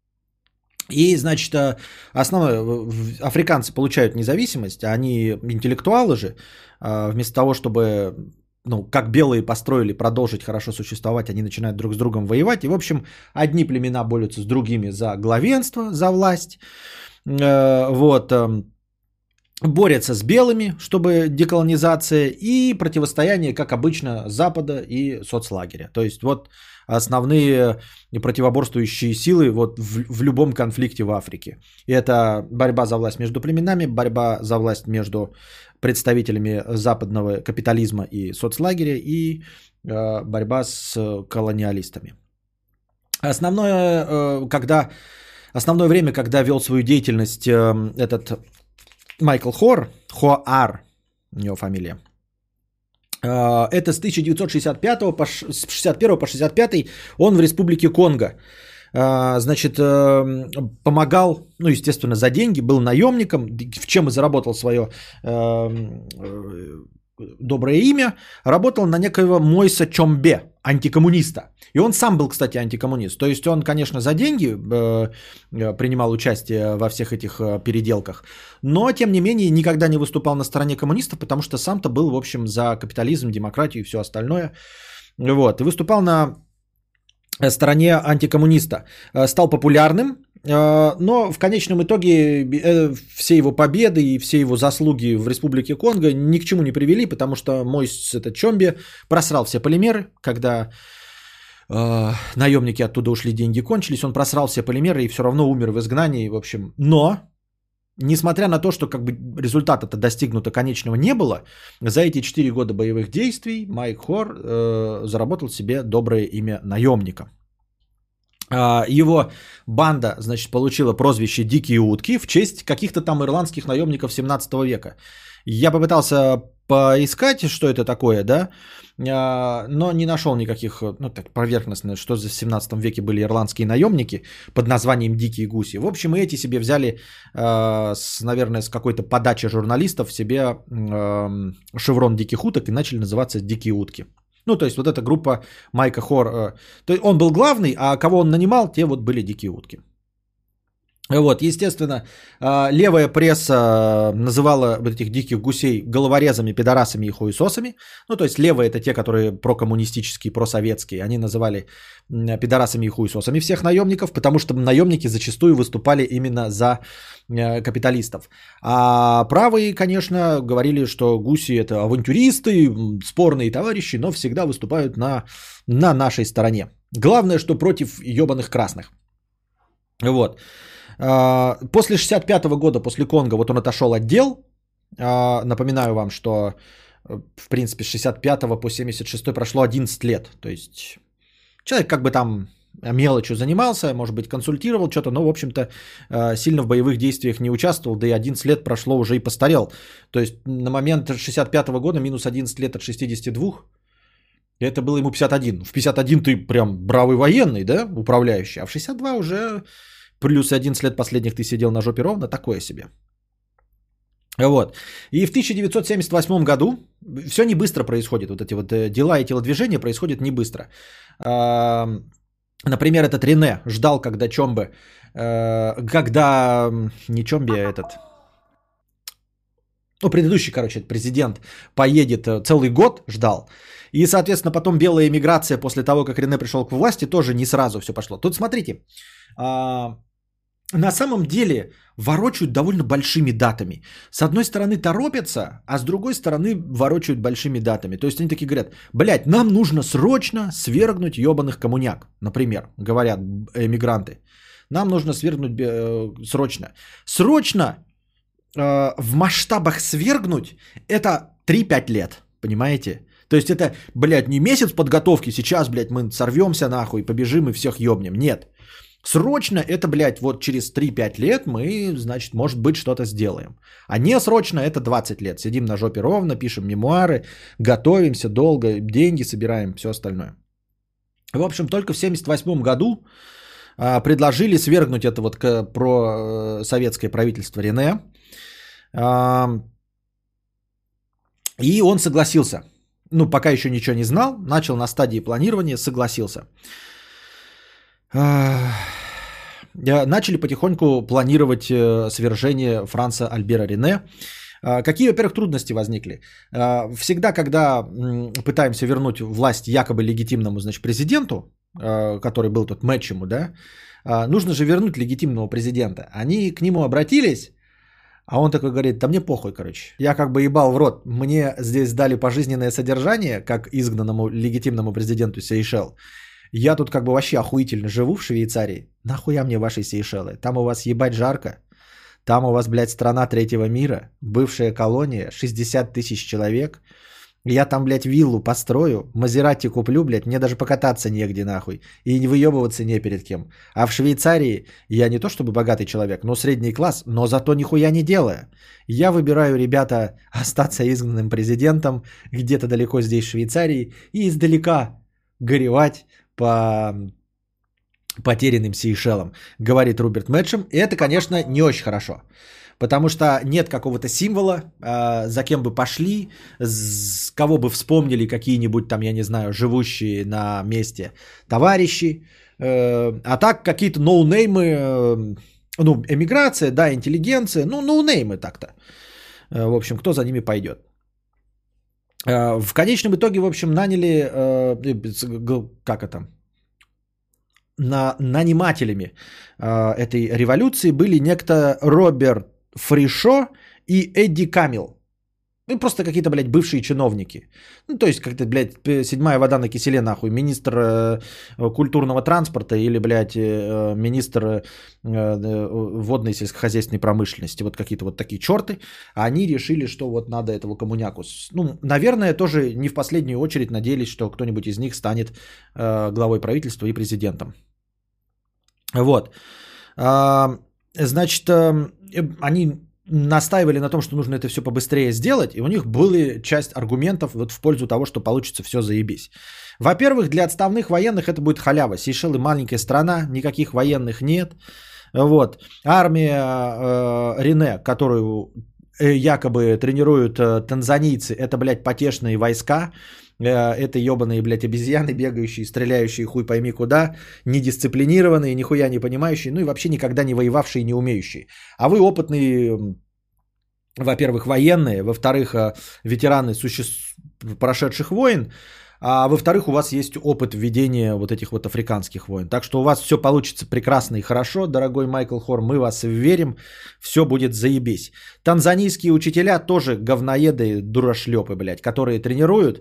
И, значит, основное, африканцы получают независимость, а они интеллектуалы же, вместо того, чтобы, ну, как белые построили, продолжить хорошо существовать, они начинают друг с другом воевать. И, в общем, одни племена борются с другими за главенство, за власть, вот, борются с белыми, чтобы деколонизация, и противостояние, как обычно, Запада и соцлагеря. То есть, вот основные противоборствующие силы вот в любом конфликте в Африке. И это борьба за власть между племенами, борьба за власть между представителями западного капитализма и соцлагеря, и борьба с колониалистами. Основное время, когда вел свою деятельность этот Майкл Хоар, у него фамилия, это с 1961 по 65 он в республике Конго. Значит, помогал, ну, естественно, за деньги, был наемником, в чем и заработал свое доброе имя, работал на некоего Мойса Чомбе, антикоммуниста. И он сам был, кстати, антикоммунист. То есть он, конечно, за деньги принимал участие во всех этих переделках, но, тем не менее, никогда не выступал на стороне коммунистов, потому что сам-то был, в общем, за капитализм, демократию и все остальное. Вот. И выступал на стороне антикоммуниста. Стал популярным, но в конечном итоге все его победы и все его заслуги в Республике Конго ни к чему не привели, потому что Мойс этот Чомбе просрал все полимеры, когда наемники оттуда ушли, деньги кончились, он просрал все полимеры и все равно умер в изгнании, в общем. Но, несмотря на то, что как бы результата-то достигнуто конечного не было, за эти 4 года боевых действий Майк Хор заработал себе доброе имя наемника. Его банда, значит, получила прозвище «Дикие утки» в честь каких-то там ирландских наемников 17 века. Я попытался поискать, что это такое, да, но не нашел никаких, ну так поверхностно, что за 17 веке были ирландские наемники под названием «Дикие гуси». В общем, и эти себе взяли, наверное, с какой-то подачи журналистов себе шеврон «Диких уток» и начали называться «Дикие утки». Ну, то есть вот эта группа Майка Хор, то есть он был главный, а кого он нанимал, те вот были «Дикие утки». Вот, естественно, левая пресса называла вот этих диких гусей головорезами, пидорасами и хуесосами. Ну, то есть левые это те, которые прокоммунистические, просоветские. Они называли пидорасами и хуесосами всех наемников, потому что наемники зачастую выступали именно за капиталистов. А правые, конечно, говорили, что гуси это авантюристы, спорные товарищи, но всегда выступают на нашей стороне. Главное, что против ебаных красных. Вот. После 65 года, после Конго, вот он отошел от дел. Напоминаю вам, что в принципе с 65 по 76 прошло 11 лет. То есть человек как бы там мелочью занимался, может быть консультировал что-то, но в общем-то сильно в боевых действиях не участвовал. Да и 11 лет прошло, уже и постарел. То есть на момент 65 года минус 11 лет от 62. Это было ему 51. В 51 ты прям бравый военный, да, управляющий. А в 62 уже... Плюс 11 лет последних ты сидел на жопе ровно, такое себе. Вот. И в 1978 году все не быстро происходит. Вот эти вот дела и телодвижения происходят не быстро. Например, этот Рене ждал, когда Чомбе, когда не Чомбе, а этот, ну, предыдущий, короче, президент поедет, целый год ждал. И, соответственно, потом белая эмиграция после того, как Рене пришел к власти, тоже не сразу все пошло. Тут смотрите, на самом деле ворочают довольно большими датами. С одной стороны торопятся, а с другой стороны ворочают большими датами. То есть они такие говорят, блядь, нам нужно срочно свергнуть ебаных коммуняк, например, говорят эмигранты. Нам нужно свергнуть срочно. Срочно в масштабах свергнуть это 3-5 лет, понимаете? То есть это, блядь, не месяц подготовки, сейчас, блядь, мы сорвемся нахуй, побежим и всех ебнем. Нет. Срочно это, блядь, вот через 3-5 лет мы, значит, может быть, что-то сделаем. А не срочно это 20 лет. Сидим на жопе ровно, пишем мемуары, готовимся долго, деньги собираем, все остальное. В общем, только в 1978 году предложили свергнуть это вот просоветское правительство Рене. И он согласился. Ну, пока еще ничего не знал, начал на стадии планирования, согласился. Начали потихоньку планировать свержение Франца Альбера Рене. Какие, во-первых, трудности возникли? Всегда, когда пытаемся вернуть власть якобы легитимному, значит, президенту, который был тут мэтчему, да, нужно же вернуть легитимного президента. Они к нему обратились, а он такой говорит, да мне похуй, короче. Я как бы ебал в рот. Мне здесь дали пожизненное содержание, как изгнанному легитимному президенту Сейшел. Я тут как бы вообще охуительно живу в Швейцарии. Нахуя мне ваши Сейшелы? Там у вас ебать жарко. Там у вас, блядь, страна третьего мира. Бывшая колония. 60 тысяч человек. Я там, блядь, виллу построю. Мазерати куплю, блядь. Мне даже покататься негде, нахуй. И не выебываться не перед кем. А в Швейцарии я не то чтобы богатый человек, но средний класс. Но зато нихуя не делаю. Я выбираю, ребята, остаться изгнанным президентом. Где-то далеко здесь, в Швейцарии. И издалека горевать по потерянным Сейшелам, говорит Руберт Мэтчем. И это, конечно, не очень хорошо. Потому что нет какого-то символа, за кем бы пошли, кого бы вспомнили какие-нибудь там, я не знаю, живущие на месте товарищи. А так какие-то ноунеймы, ну, эмиграция, да, интеллигенция, ну, ноунеймы так-то. В общем, кто за ними пойдет? В конечном итоге, в общем, наняли, как это, нанимателями этой революции были некто Роберт Фришо и Эдди Камил. Ну, просто какие-то, блядь, бывшие чиновники. Ну, то есть, как-то, блядь, седьмая вода на киселе, нахуй. Министр культурного транспорта или, блядь, министр водной сельскохозяйственной промышленности. Вот какие-то вот такие черты. А они решили, что вот надо этого коммуняку. Ну, наверное, тоже не в последнюю очередь надеялись, что кто-нибудь из них станет главой правительства и президентом. Вот. Значит, они настаивали на том, что нужно это все побыстрее сделать, и у них была часть аргументов вот в пользу того, что получится все заебись. Во-первых, для отставных военных это будет халява. Сейшелы маленькая страна, никаких военных нет. Вот. Армия Рене, которую якобы тренируют танзанийцы, это, блядь, потешные войска. Это ебаные, блядь, обезьяны, бегающие, стреляющие хуй пойми куда, недисциплинированные, нихуя не понимающие, ну и вообще никогда не воевавшие, не умеющие. А вы опытные, во-первых, военные, во-вторых, ветераны прошедших войн, а во-вторых, у вас есть опыт ведения вот этих вот африканских войн. Так что у вас все получится прекрасно и хорошо, дорогой Майкл Хор, мы вас верим, все будет заебись. Танзанийские учителя тоже говноеды, дурашлепы, блядь, которые тренируют.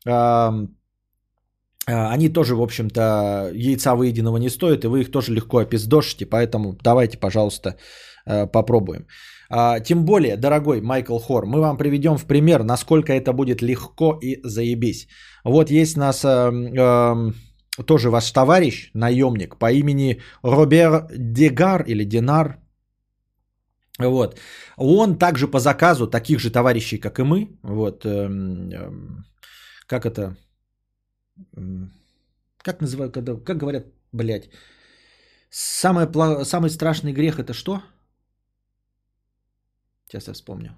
Они тоже, в общем-то, яйца выеденного не стоят, и вы их тоже легко опиздошите, поэтому давайте, пожалуйста, попробуем. Тем более, дорогой Майкл Хор, мы вам приведем в пример, насколько это будет легко и заебись. Вот есть у нас тоже ваш товарищ, наемник по имени Робер Дегар или Динар. Вот. Он также по заказу таких же товарищей, как и мы, вот, как это, как называют, как говорят, блядь, самый страшный грех это что? Сейчас я вспомню.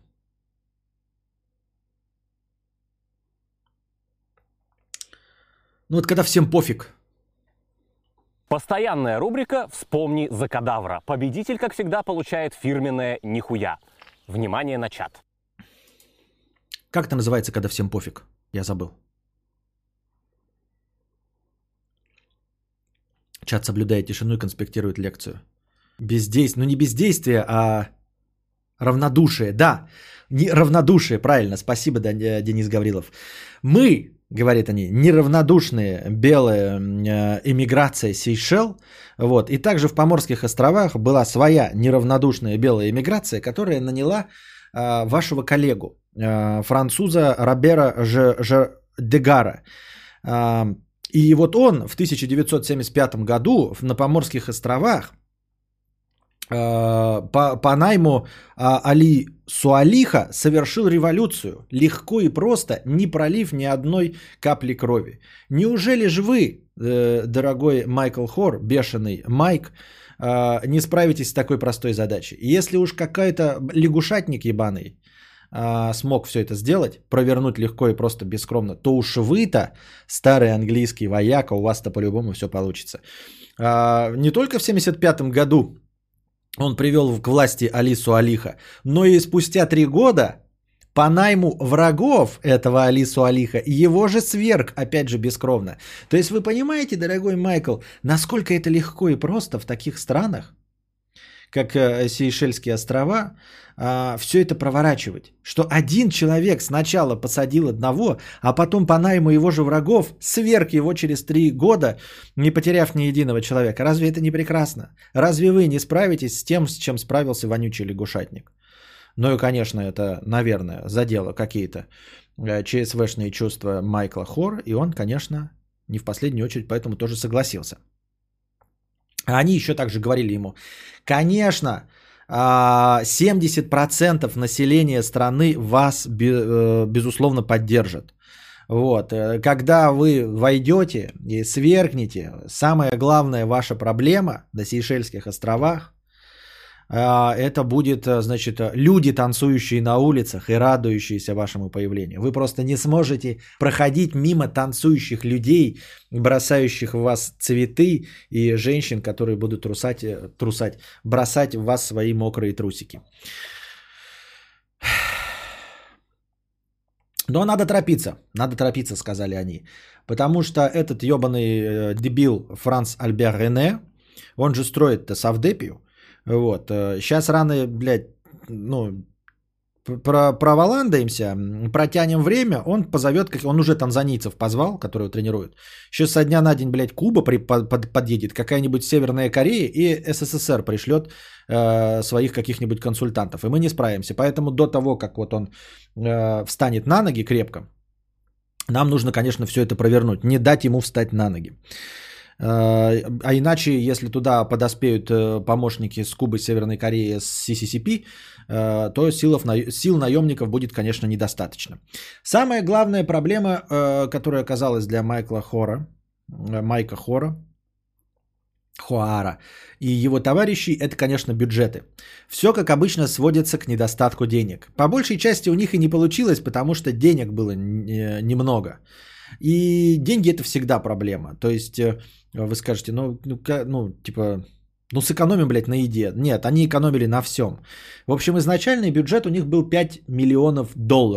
Ну вот когда всем пофиг. Постоянная рубрика «Вспомни за кадавра». Победитель, как всегда, получает фирменное нихуя. Внимание на чат. Как это называется, когда всем пофиг? Я забыл. Чат соблюдает тишину и конспектирует лекцию. Бездействие. Ну не бездействие, а равнодушие. Да, равнодушие, правильно. Спасибо, Денис Гаврилов. Мы, говорят они, неравнодушные белая эмиграция Сейшел. Вот. И также в Поморских островах была своя неравнодушная белая эмиграция, которая наняла вашего коллегу, француза Робера Дегара. И вот он в 1975 году на Поморских островах по найму Али Суалиха совершил революцию, легко и просто, не пролив ни одной капли крови. Неужели же вы, дорогой Майкл Хор, бешеный Майк, не справитесь с такой простой задачей? Если уж какой-то лягушатник ебаный смог все это сделать, провернуть легко и просто бескромно, то уж вы-то, старый английский вояка, у вас-то по-любому все получится. Не только в 1975 году он привел к власти Али Суалиха, но и спустя 3 года по найму врагов этого Али Суалиха его же сверг, опять же бескровно. То есть вы понимаете, дорогой Майкл, насколько это легко и просто в таких странах, как Сейшельские острова, все это проворачивать. Что один человек сначала посадил одного, а потом по найму его же врагов сверг его через 3 года, не потеряв ни единого человека. Разве это не прекрасно? Разве вы не справитесь с тем, с чем справился вонючий лягушатник? Ну и, конечно, это, наверное, задело какие-то ЧСВшные чувства Майкла Хор, и он, конечно, не в последнюю очередь поэтому тоже согласился. А они еще также говорили ему, конечно, 70% населения страны вас, безусловно, поддержат. Вот. Когда вы войдете и свергнете, самая главная ваша проблема на Сейшельских островах, это будет, значит, люди, танцующие на улицах и радующиеся вашему появлению. Вы просто не сможете проходить мимо танцующих людей, бросающих в вас цветы, и женщин, которые будут бросать в вас свои мокрые трусики. Но надо торопиться, сказали они. Потому что этот ебаный дебил Франц Альбер Рене, он же строит Совдепию. Вот. Сейчас рано, блядь, проволандаемся, протянем время, он позовет, он уже танзанийцев позвал, которые его тренируют. Сейчас со дня на день, блядь, Куба подъедет, какая-нибудь Северная Корея и СССР пришлет своих каких-нибудь консультантов. И мы не справимся. Поэтому до того, как вот он встанет на ноги крепко, нам нужно, конечно, все это провернуть. Не дать ему встать на ноги. А иначе, если туда подоспеют помощники с Кубы, Северной Кореи, с CCCP, то сил наемников будет, конечно, недостаточно. Самая главная проблема, которая оказалась для Майка Хоара и его товарищей, это, конечно, бюджеты. Все, как обычно, сводится к недостатку денег. По большей части у них и не получилось, потому что денег было немного. И деньги это всегда проблема. То есть вы скажете, сэкономим, блядь, на еде. Нет, они экономили на всем. В общем, изначальный бюджет у них был $5 миллионов.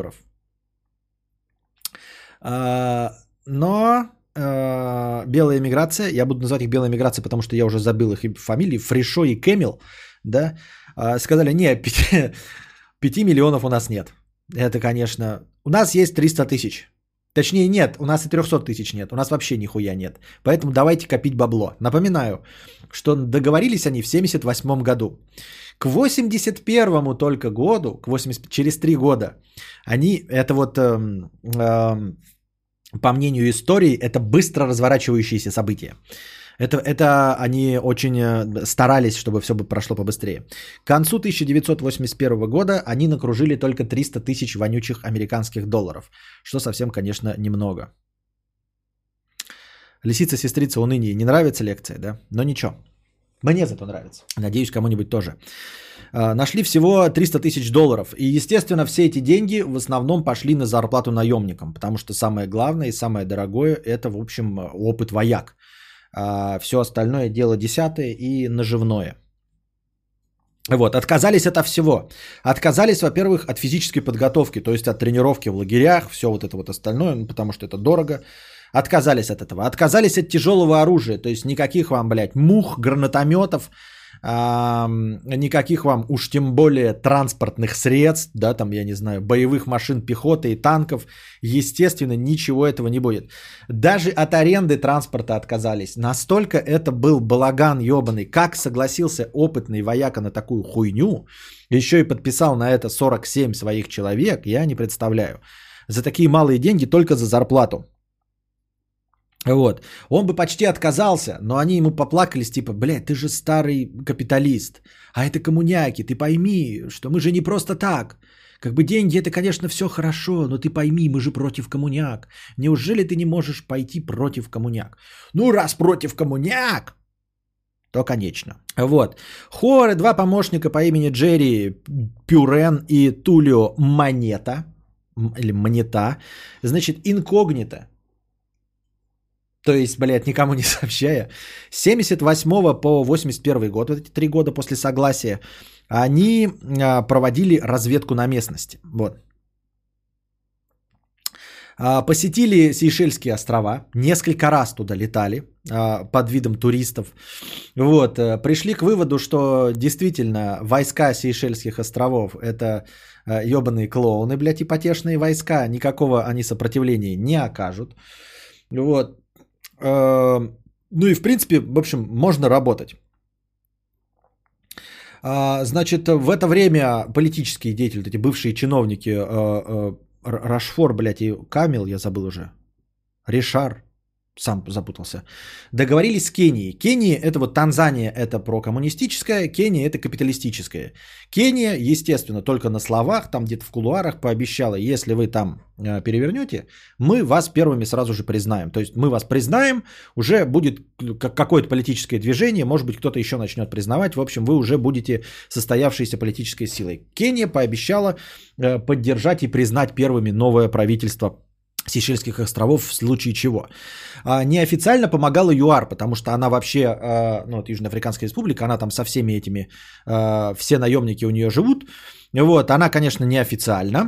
Но белая миграция, я буду называть их белая миграция, потому что я уже забыл их фамилии, Фришо и Кэмил, да, сказали, нет, 5 миллионов у нас нет. Это, конечно, у нас есть 300 тысяч. Точнее, нет, у нас и 300 тысяч нет, у нас вообще нихуя нет. Поэтому давайте копить бабло. Напоминаю, что договорились они в 1978 году. К 81-му только году, через 3 года, они, это вот, по мнению истории, это быстро разворачивающиеся события. Это они очень старались, чтобы все прошло побыстрее. К концу 1981 года они накружили только 300 тысяч вонючих американских долларов, что совсем, конечно, немного. Лисица-сестрица уныние. Не нравится лекция, да? Но ничего. Мне зато нравится. Надеюсь, кому-нибудь тоже. Нашли всего 300 тысяч долларов. И, естественно, все эти деньги в основном пошли на зарплату наемникам, потому что самое главное и самое дорогое – это, в общем, опыт вояк. А все остальное дело десятое и наживное. Вот, отказались от всего. Отказались, во-первых, от физической подготовки, то есть от тренировки в лагерях, все вот это вот остальное, потому что это дорого. Отказались от этого. Отказались от тяжелого оружия, то есть никаких вам, блядь, мух, гранатометов, никаких вам уж тем более транспортных средств, да, там, я не знаю, боевых машин, пехоты и танков, естественно, ничего этого не будет. Даже от аренды транспорта отказались. Настолько это был балаган ебаный. Как согласился опытный вояка на такую хуйню, еще и подписал на это 47 своих человек, я не представляю. За такие малые деньги только за зарплату. Вот. Он бы почти отказался, но они ему поплакались, типа, блядь, ты же старый капиталист, а это коммуняки, ты пойми, что мы же не просто так. Как бы деньги это, конечно, все хорошо, но ты пойми, мы же против коммуняк. Неужели ты не можешь пойти против коммуняк? Ну, раз против коммуняк, то конечно. Вот. Хоры, 2 помощника по имени Джерри Пюрен и Тулио Монета, или Монета, значит, инкогнито. То есть, блядь, никому не сообщая. С 78 по 81 год, вот эти 3 года после согласия, они проводили разведку на местности. Вот. Посетили Сейшельские острова, несколько раз туда летали под видом туристов. Вот. Пришли к выводу, что действительно войска Сейшельских островов это ебаные клоуны, блядь, и потешные войска. Никакого они сопротивления не окажут. Вот. Ну и в принципе, в общем, можно работать. Значит, в это время политические деятели, эти бывшие чиновники, Рашфор, блядь, и Камил, я забыл уже, Ришар, сам запутался. Договорились с Кенией. Кения это вот Танзания это прокоммунистическая, Кения это капиталистическая. Кения, естественно, только на словах, там где-то в кулуарах пообещала, если вы там перевернете, мы вас первыми сразу же признаем. То есть мы вас признаем, уже будет какое-то политическое движение, может быть кто-то еще начнет признавать. В общем, вы уже будете состоявшейся политической силой. Кения пообещала поддержать и признать первыми новое правительство Сейшельских островов в случае чего. Неофициально помогала ЮАР, потому что она вообще, ну вот Южноафриканская республика, она там со всеми этими, все наемники у нее живут. Вот, она, конечно, неофициально.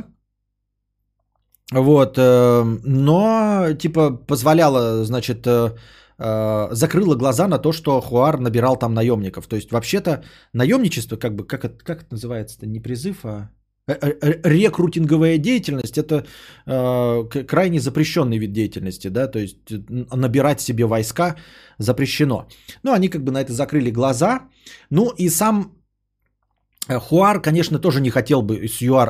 Вот, но типа позволяла, значит, закрыла глаза на то, что ЮАР набирал там наемников. То есть вообще-то наемничество, как бы, как это называется-то, не призыв, а... Рекрутинговая деятельность – это крайне запрещенный вид деятельности, да, то есть набирать себе войска запрещено. Ну, они как бы на это закрыли глаза. Ну, и сам ЮАР, конечно, тоже не хотел бы с ЮАР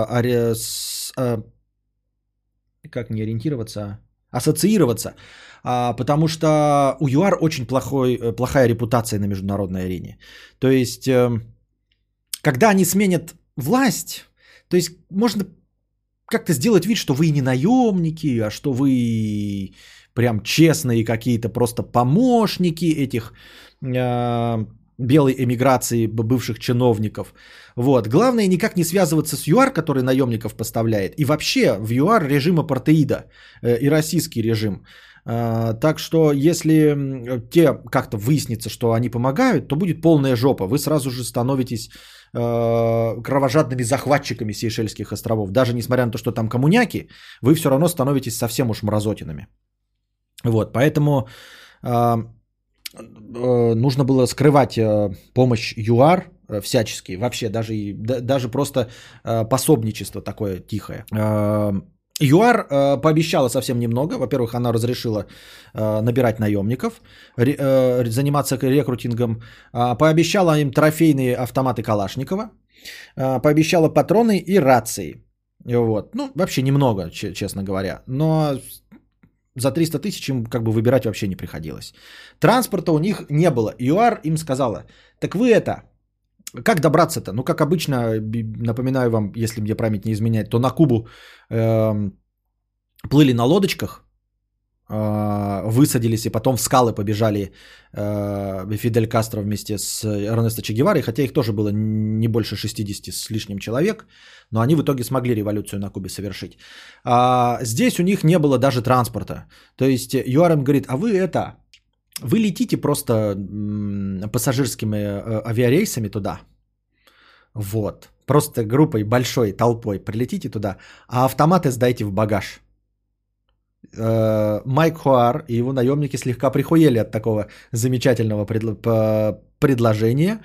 как не ориентироваться, ассоциироваться, потому что у ЮАР очень плохая репутация на международной арене. То есть, когда они сменят власть, то есть можно как-то сделать вид, что вы не наемники, а что вы прям честные какие-то просто помощники этих белой эмиграции бывших чиновников. Вот. Главное никак не связываться с ЮАР, который наемников поставляет. И вообще в ЮАР режим апартеида и российский режим. Так что если те как-то выяснится, что они помогают, то будет полная жопа. Вы сразу же становитесь кровожадными захватчиками Сейшельских островов. Даже несмотря на то, что там коммуняки, вы все равно становитесь совсем уж мразотинами. Вот, поэтому нужно было скрывать помощь ЮАР всячески. Вообще даже просто пособничество такое тихое. ЮАР пообещала совсем немного. Во-первых, она разрешила набирать наемников, заниматься рекрутингом. Пообещала им трофейные автоматы Калашникова. Пообещала патроны и рации. Вот. Ну, вообще немного, честно говоря. Но за 300 тысяч им как бы выбирать вообще не приходилось. Транспорта у них не было. ЮАР им сказала, так вы это... Как добраться-то? Ну, как обычно, напоминаю вам, если мне память не изменяет, то на Кубу плыли на лодочках, высадились и потом в скалы побежали Фидель Кастро вместе с Эрнесто Че Геварой, хотя их тоже было не больше 60 с лишним человек, но они в итоге смогли революцию на Кубе совершить. Здесь у них не было даже транспорта. То есть ЮАР им говорит, а вы летите просто пассажирскими авиарейсами туда, вот, просто группой, большой толпой прилетите туда, а автоматы сдайте в багаж. Майк ЮАР и его наемники слегка прихуели от такого замечательного предложения,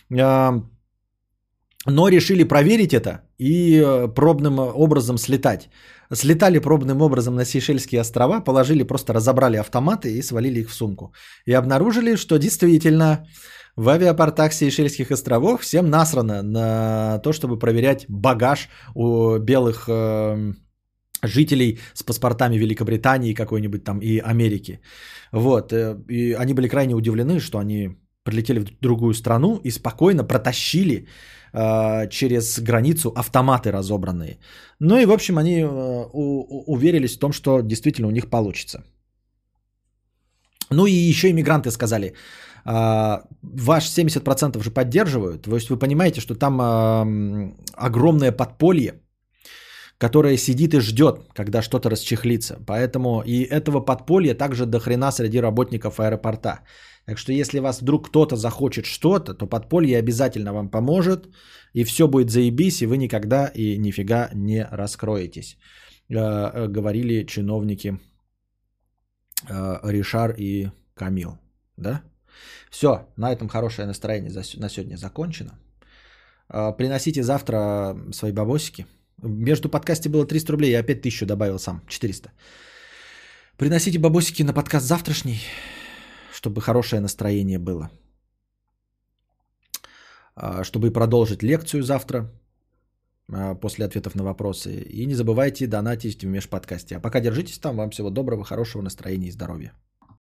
но решили проверить это и пробным образом слетать. Слетали пробным образом на Сейшельские острова, положили, просто разобрали автоматы и свалили их в сумку. И обнаружили, что действительно в авиапортах Сейшельских островов всем насрано на то, чтобы проверять багаж у белых жителей с паспортами Великобритании какой-нибудь там и Америки. Вот. И они были крайне удивлены, что они прилетели в другую страну и спокойно протащили через границу автоматы разобранные. Ну и, в общем, они уверились в том, что действительно у них получится. Ну и еще иммигранты сказали, ваш 70% же поддерживают. То есть вы понимаете, что там огромное подполье, которое сидит и ждет, когда что-то расчехлится. Поэтому и этого подполья также до хрена среди работников аэропорта. Так что если вас вдруг кто-то захочет что-то, то подполье обязательно вам поможет, и все будет заебись, и вы никогда и нифига не раскроетесь. Говорили чиновники Ришар и Камил. Да? Все, на этом хорошее настроение на сегодня закончено. Приносите завтра свои бабосики. Между подкасте было 300 рублей, я опять 1000 добавил сам, 400. Приносите бабосики на подкаст завтрашний, чтобы хорошее настроение было. Чтобы продолжить лекцию завтра. после ответов на вопросы. И не забывайте донатить в межподкасте. А пока держитесь там. Вам всего доброго, хорошего настроения и здоровья.